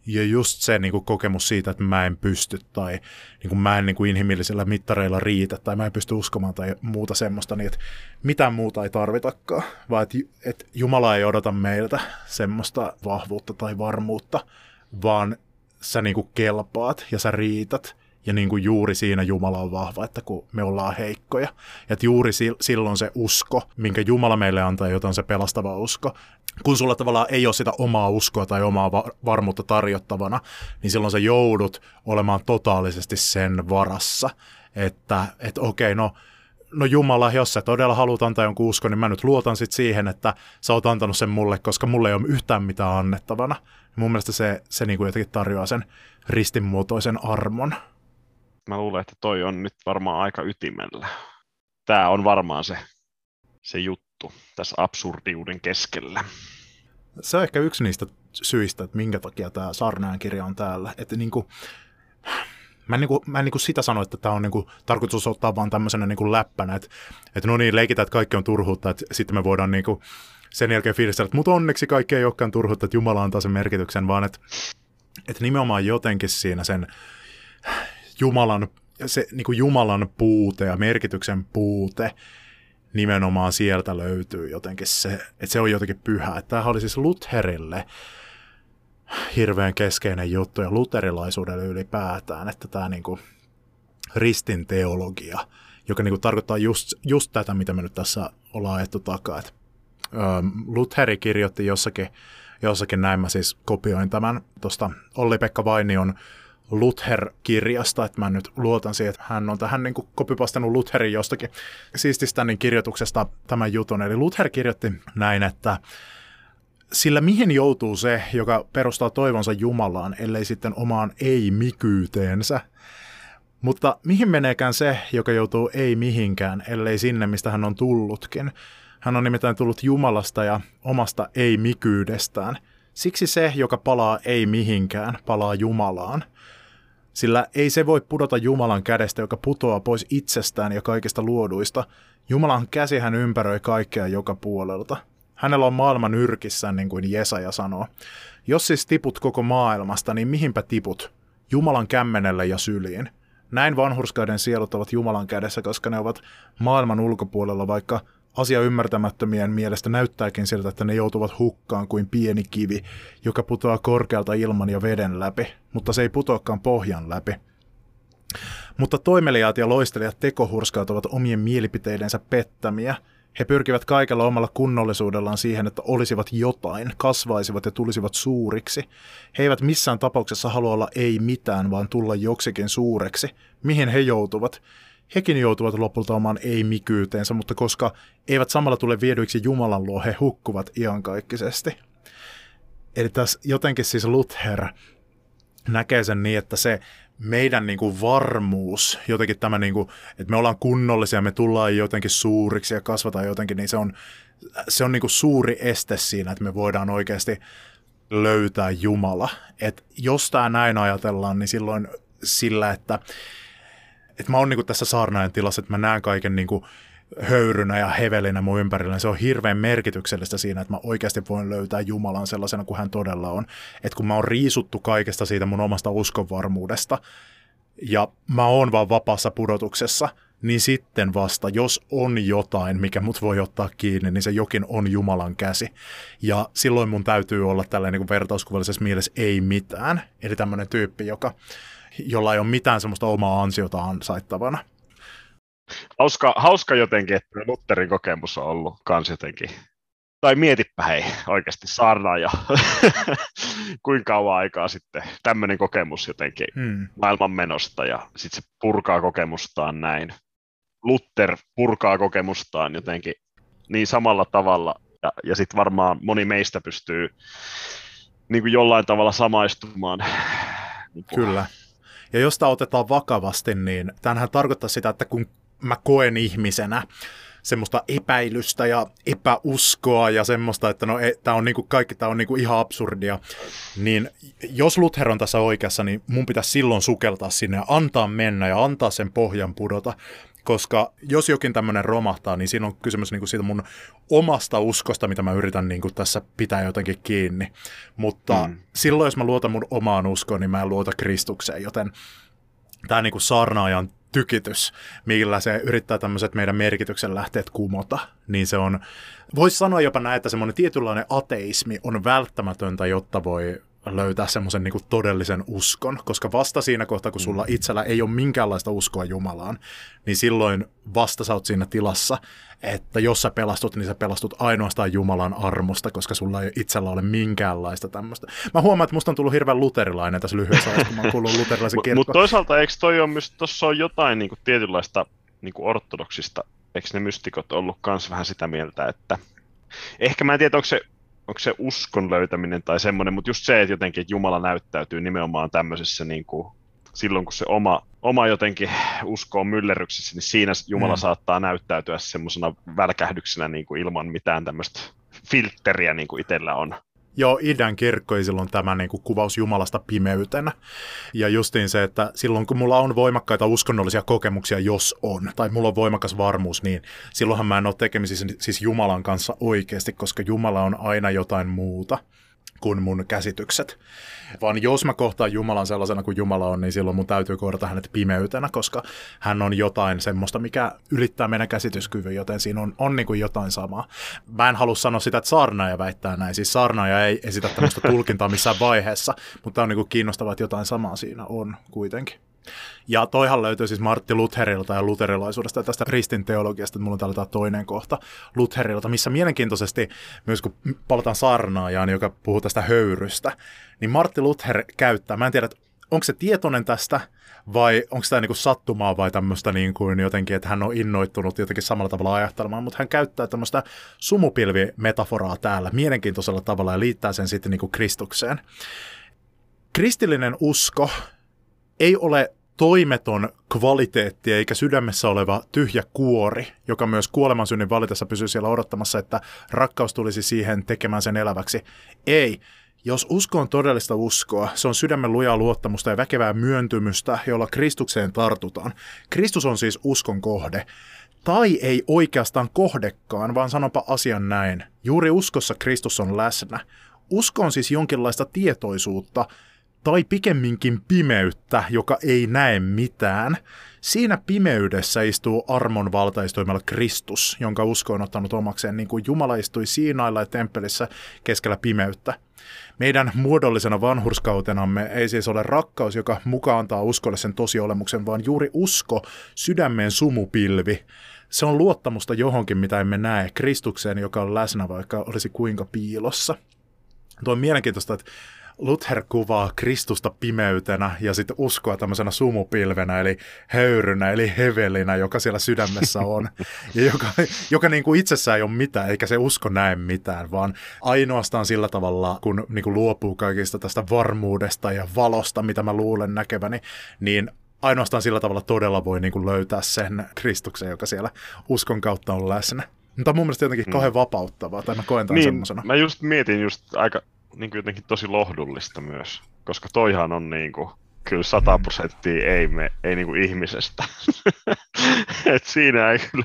Ja just se niin kuin kokemus siitä, että mä en pysty tai niin kuin mä en niin kuin inhimillisillä mittareilla riitä tai mä en pysty uskomaan tai muuta semmoista, niin että mitään muuta ei tarvitakaan, vaan että Jumala ei odota meiltä semmoista vahvuutta tai varmuutta, vaan sä niin kuin kelpaat ja sä riität ja niin kuin juuri siinä Jumala on vahva, että kun me ollaan heikkoja. Ja että juuri silloin se usko, minkä Jumala meille antaa, jota on se pelastava usko, kun sulla tavallaan ei ole sitä omaa uskoa tai omaa varmuutta tarjottavana, niin silloin sä joudut olemaan totaalisesti sen varassa, että okei, no Jumala, jos sä todella haluat antaa jonkun uskon, niin mä nyt luotan sit siihen, että sä oot antanut sen mulle, koska mulle ei ole yhtään mitään annettavana. Mun mielestä se niin kuin jotenkin tarjoaa sen ristinmuotoisen armon. Mä luulen, että toi on nyt varmaan aika ytimellä. Tää on varmaan se juttu tässä absurdiuden keskellä. Se on ehkä yksi niistä syistä, että minkä takia tämä Saarnaajan kirja on täällä. Että mä en sitä sano, että tämä on tarkoitus ottaa vaan tämmöisenä läppänä, että no niin, leikitään, että kaikki on turhuutta, että sitten me voidaan sen jälkeen fiilistellä, että mutta onneksi kaikki ei olekaan turhuutta, että Jumala antaa sen merkityksen, vaan että nimenomaan jotenkin siinä sen Jumalan puute ja merkityksen puute nimenomaan sieltä löytyy jotenkin se, että se on jotenkin pyhä. Tämähän oli siis Lutherille hirveän keskeinen juttu ja luterilaisuudelle ylipäätään, että tämä ristin teologia, joka tarkoittaa just tätä, mitä me nyt tässä ollaan ajettu takaa. Lutheri kirjoitti jossakin näin, mä siis kopioin tämän tuosta Olli-Pekka Vainion Luther-kirjasta, että mä nyt luotan siihen, että hän on tähän kopipastannut Lutherin jostakin Siististänin kirjoituksesta tämän jutun. Eli Luther kirjoitti näin, että sillä mihin joutuu se, joka perustaa toivonsa Jumalaan, ellei sitten omaan ei-mikyyteensä. Mutta mihin meneekään se, joka joutuu ei-mihinkään, ellei sinne, mistä hän on tullutkin. Hän on nimittäin tullut Jumalasta ja omasta ei-mikyydestään. Siksi se, joka palaa ei-mihinkään, palaa Jumalaan. Sillä ei se voi pudota Jumalan kädestä, joka putoaa pois itsestään ja kaikista luoduista. Jumalan käsi hän ympäröi kaikkea joka puolelta. Hänellä on maailma nyrkissään, niin kuin Jesaja sanoo. Jos siis tiput koko maailmasta, niin mihinpä tiput? Jumalan kämmenelle ja syliin. Näin vanhurskaiden sielut ovat Jumalan kädessä, koska ne ovat maailman ulkopuolella, vaikka asia ymmärtämättömien mielestä näyttääkin siltä, että ne joutuvat hukkaan kuin pieni kivi, joka putoaa korkealta ilman ja veden läpi, mutta se ei putoakaan pohjan läpi. Mutta toimeliaat ja loistelijat tekohurskaat ovat omien mielipiteidensä pettämiä. He pyrkivät kaikella omalla kunnollisuudellaan siihen, että olisivat jotain, kasvaisivat ja tulisivat suuriksi. He eivät missään tapauksessa halua olla ei mitään, vaan tulla joksikin suureksi. Mihin he joutuvat? Hekin joutuvat lopulta omaan ei-mikyyteensä, mutta koska eivät samalla tule viedyiksi Jumalan luo, he hukkuvat iankaikkisesti. Eli tässä jotenkin siis Luther näkee sen niin, että se meidän varmuus, jotenkin tämä, että me ollaan kunnollisia, me tullaan jotenkin suuriksi ja kasvataan jotenkin, niin se on suuri este siinä, että me voidaan oikeasti löytää Jumala. Että jos tämä näin ajatellaan, niin silloin sillä, että mä oon tässä saarnaajan tilassa, että mä näen kaiken höyrynä ja hevelinä mun ympärillä. Se on hirveän merkityksellistä siinä, että mä oikeasti voin löytää Jumalan sellaisena kuin hän todella on. Että kun mä oon riisuttu kaikesta siitä mun omasta uskonvarmuudesta ja mä oon vaan vapaassa pudotuksessa, niin sitten vasta, jos on jotain, mikä mut voi ottaa kiinni, niin se jokin on Jumalan käsi. Ja silloin mun täytyy olla tällainen vertauskuvallisessa mielessä ei mitään. Eli tämmöinen tyyppi, jolla ei ole mitään semmoista omaa ansiota ansaittavana. Hauska jotenkin, että Lutherin kokemus on ollut kans jotenkin. Tai mietipä hei, oikeasti saarnaaja. Kuinka kauan aikaa sitten tämmöinen kokemus jotenkin maailmanmenosta ja sitten se purkaa kokemustaan näin. Luther purkaa kokemustaan jotenkin niin samalla tavalla ja sitten varmaan moni meistä pystyy jollain tavalla samaistumaan. Kyllä. Ja jos tämä otetaan vakavasti, niin tämähän tarkoittaa sitä, että kun mä koen ihmisenä semmoista epäilystä ja epäuskoa ja semmoista, että no tämä on kaikki tämä on ihan absurdia, niin jos Luther on tässä oikeassa, niin mun pitäisi silloin sukeltaa sinne ja antaa mennä ja antaa sen pohjan pudota, Koska jos jokin tämmöinen romahtaa, niin siinä on kysymys niin kuin siitä mun omasta uskosta, mitä mä yritän niin kuin tässä pitää jotenkin kiinni. Mutta silloin, jos mä luotan mun omaan uskoon, niin mä en luota Kristukseen, joten tämä niin kuin saarnaajan tykitys, millä se yrittää tämmöiset meidän merkityksen lähteet kumota, niin se on, voisi sanoa jopa näin, että semmoinen tietynlainen ateismi on välttämätöntä, jotta voi löytää semmoisen niin kuin todellisen uskon, koska vasta siinä kohtaa, kun sulla itsellä ei ole minkäänlaista uskoa Jumalaan, niin silloin vasta sä oot siinä tilassa, että jos sä pelastut, niin sä pelastut ainoastaan Jumalan armosta, koska sulla ei itsellä ole minkäänlaista tämmöistä. Mä huomaan, että musta on tullut hirveän luterilainen tässä lyhyessä ajassa, kun mä oon kuullut luterilaisen kirkkoon. Mutta toisaalta eikö toi ole myös, tuossa on jotain niin kuin tietynlaista niin kuin ortodoksista, eikö ne mystikot ollut kans vähän sitä mieltä, että ehkä mä en tiedä, onko se uskon löytäminen tai semmoinen, mutta just se, että jotenkin että Jumala näyttäytyy nimenomaan tämmöisessä, niin kuin, silloin kun se oma jotenkin usko on myllerryksessä, niin siinä Jumala saattaa näyttäytyä semmoisena välkähdyksenä niin kuin ilman mitään tämmöistä filtteriä, niin kuin itsellä on. Joo, idän kirkko ei silloin tämä niin kuin kuvaus Jumalasta pimeytenä. Ja justiin se, että silloin kun mulla on voimakkaita uskonnollisia kokemuksia, jos on, tai mulla on voimakas varmuus, niin silloinhan mä en ole tekemisissä siis Jumalan kanssa oikeasti, koska Jumala on aina jotain muuta kuin mun käsitykset. Vaan jos mä kohtaan Jumalan sellaisena kuin Jumala on, niin silloin mun täytyy kohdata hänet pimeytenä, koska hän on jotain semmoista, mikä ylittää meidän käsityskyvyn, joten siinä on niin kuin jotain samaa. Mä en halua sanoa sitä, että saarnaaja väittää näin. Siis saarnaaja ei esitä tämmöistä tulkintaa missään vaiheessa, mutta on niin kuin kiinnostavaa, että jotain samaa siinä on kuitenkin. Ja toihan löytyy siis Martti Lutherilta ja luterilaisuudesta ja tästä ristin teologiasta, että mulla on täällä tämä toinen kohta Lutherilta, missä mielenkiintoisesti, myös kun palataan saarnaajaan, joka puhuu tästä höyrystä, niin Martti Luther käyttää, mä en tiedä, onko se tietoinen tästä, vai onko tämä niinku sattumaa vai tämmöistä niin kuin jotenkin, että hän on innoittunut jotenkin samalla tavalla ajattelemaan, mutta hän käyttää tämmöistä sumupilvimetaforaa täällä mielenkiintoisella tavalla ja liittää sen sitten niinku Kristukseen. Kristillinen usko ei ole toimeton kvaliteetti eikä sydämessä oleva tyhjä kuori, joka myös kuolemansynnin valitessa pysyy siellä odottamassa, että rakkaus tulisi siihen tekemään sen eläväksi. Ei. Jos usko on todellista uskoa, se on sydämen lujaa luottamusta ja väkevää myöntymystä, jolla Kristukseen tartutaan. Kristus on siis uskon kohde. Tai ei oikeastaan kohdekaan, vaan sanonpa asian näin. Juuri uskossa Kristus on läsnä. Usko on siis jonkinlaista tietoisuutta, tai pikemminkin pimeyttä, joka ei näe mitään. Siinä pimeydessä istuu armon valtaistuimella Kristus, jonka usko on ottanut omakseen, niin kuin Jumala istui Siinailla ja temppelissä keskellä pimeyttä. Meidän muodollisena vanhurskautenamme ei siis ole rakkaus, joka mukaan antaa uskolle sen tosiolemuksen, vaan juuri usko, sydämeen sumupilvi. Se on luottamusta johonkin, mitä emme näe, Kristukseen, joka on läsnä, vaikka olisi kuinka piilossa. Tuo on mielenkiintoista, että Luther kuvaa Kristusta pimeytenä ja sitten uskoa tämmöisenä sumupilvenä, eli höyrynä, eli hevelinä, joka siellä sydämessä on. Ja joka niin kuin itsessään ei ole mitään, eikä se usko näe mitään, vaan ainoastaan sillä tavalla, kun niin kuin luopuu kaikista tästä varmuudesta ja valosta, mitä mä luulen näkeväni, niin ainoastaan sillä tavalla todella voi niin kuin löytää sen Kristuksen, joka siellä uskon kautta on läsnä. Mutta mun mielestä jotenkin kauhean vapauttavaa, tai mä koen tämän semmoisena. Mä just mietin aika niin kuin jotenkin tosi lohdullista myös, koska toihan on niin kuin, kyllä 100% ei niin kuin ihmisestä. Et siinä ei kyllä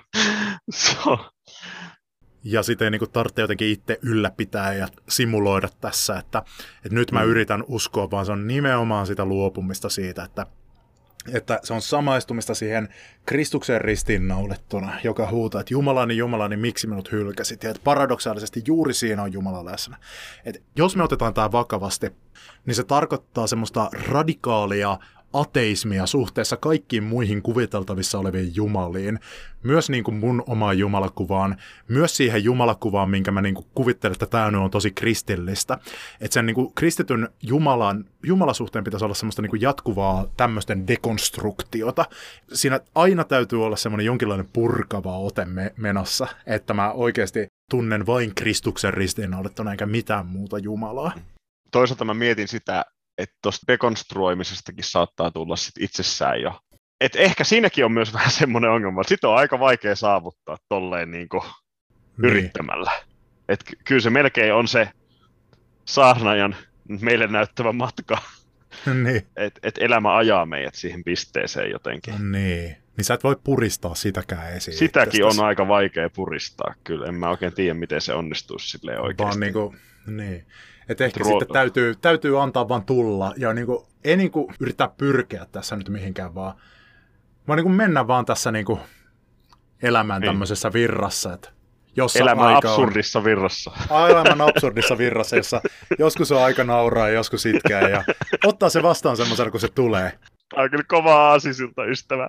Ja sitten ei niin kuin tarvitse jotenkin itse ylläpitää ja simuloida tässä, että nyt mä yritän uskoa, vaan se on nimenomaan sitä luopumista siitä, että se on samaistumista siihen Kristuksen ristiinnaulettuna, joka huutaa, että Jumalani, Jumalani, miksi minut hylkäsit? Ja että paradoksaalisesti juuri siinä on Jumala läsnä. Että jos me otetaan tämä vakavasti, niin se tarkoittaa semmoista radikaalia ateismia suhteessa kaikkiin muihin kuviteltavissa oleviin jumaliin, myös niin kuin mun omaan jumalakuvaan, myös siihen jumalakuvaan, minkä mä niin kuin kuvittelen, että tämä on tosi kristillistä. Että sen niin kuin kristityn jumalasuhteen pitäisi olla semmoista niin kuin jatkuvaa tämmöisten dekonstruktiota. Siinä aina täytyy olla semmoinen jonkinlainen purkava ote menossa, että mä oikeasti tunnen vain Kristuksen ristiinnaulettuna eikä mitään muuta Jumalaa. Toisaalta mä mietin sitä, että tuosta dekonstruoimisestakin saattaa tulla sit itsessään jo. Et ehkä siinäkin on myös vähän semmoinen ongelma, että sitä on aika vaikea saavuttaa tolleen niinku yrittämällä. Et kyllä se melkein on se saarnaajan meille näyttävä matka, niin. että elämä ajaa meidät siihen pisteeseen jotenkin. Niin. Niin sä et voi puristaa sitäkään esiin. Sitäkin on aika vaikea puristaa, kyllä. En mä oikein tiedä, miten se onnistuisi silleen oikeasti. Vaan niin. Että ehkä sitten täytyy antaa vaan tulla. Ja ei yrittää pyrkiä tässä nyt mihinkään, vaan mennä vaan tässä elämän tämmöisessä virrassa. Että elämän absurdissa virrassa. Elämän absurdissa virrassa, jossa joskus on aika nauraa ja joskus itkeä. Ja ottaa se vastaan semmoisena, kun se tulee. Tämä on kyllä kovaa aasisilta, ystävä.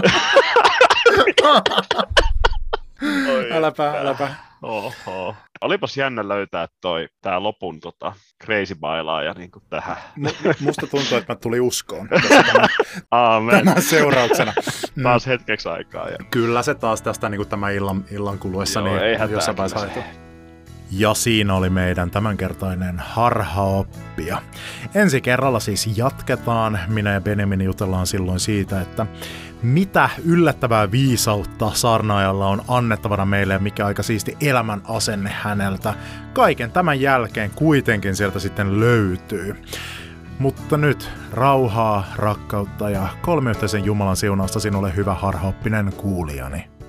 Äläpä. Oho. Olipas jännä löytää tää lopun crazy bailaaja niin tähän. Musta tuntuu, että mä tulin uskoon tämän seurauksena. Taas hetkeksi aikaa. Ja... Kyllä se taas tästä tämän illan kuluessa jossain vaiheessa haetaan. Ja siinä oli meidän tämänkertainen harhaoppia. Ensi kerralla siis jatketaan. Minä ja Benjamin jutellaan silloin siitä, että mitä yllättävää viisautta saarnaajalla on annettavana meille ja mikä aika siisti elämän asenne häneltä. Kaiken tämän jälkeen kuitenkin sieltä sitten löytyy. Mutta nyt rauhaa, rakkautta ja kolmiyhteisen Jumalan siunausta sinulle, hyvä harhaoppinen kuulijani.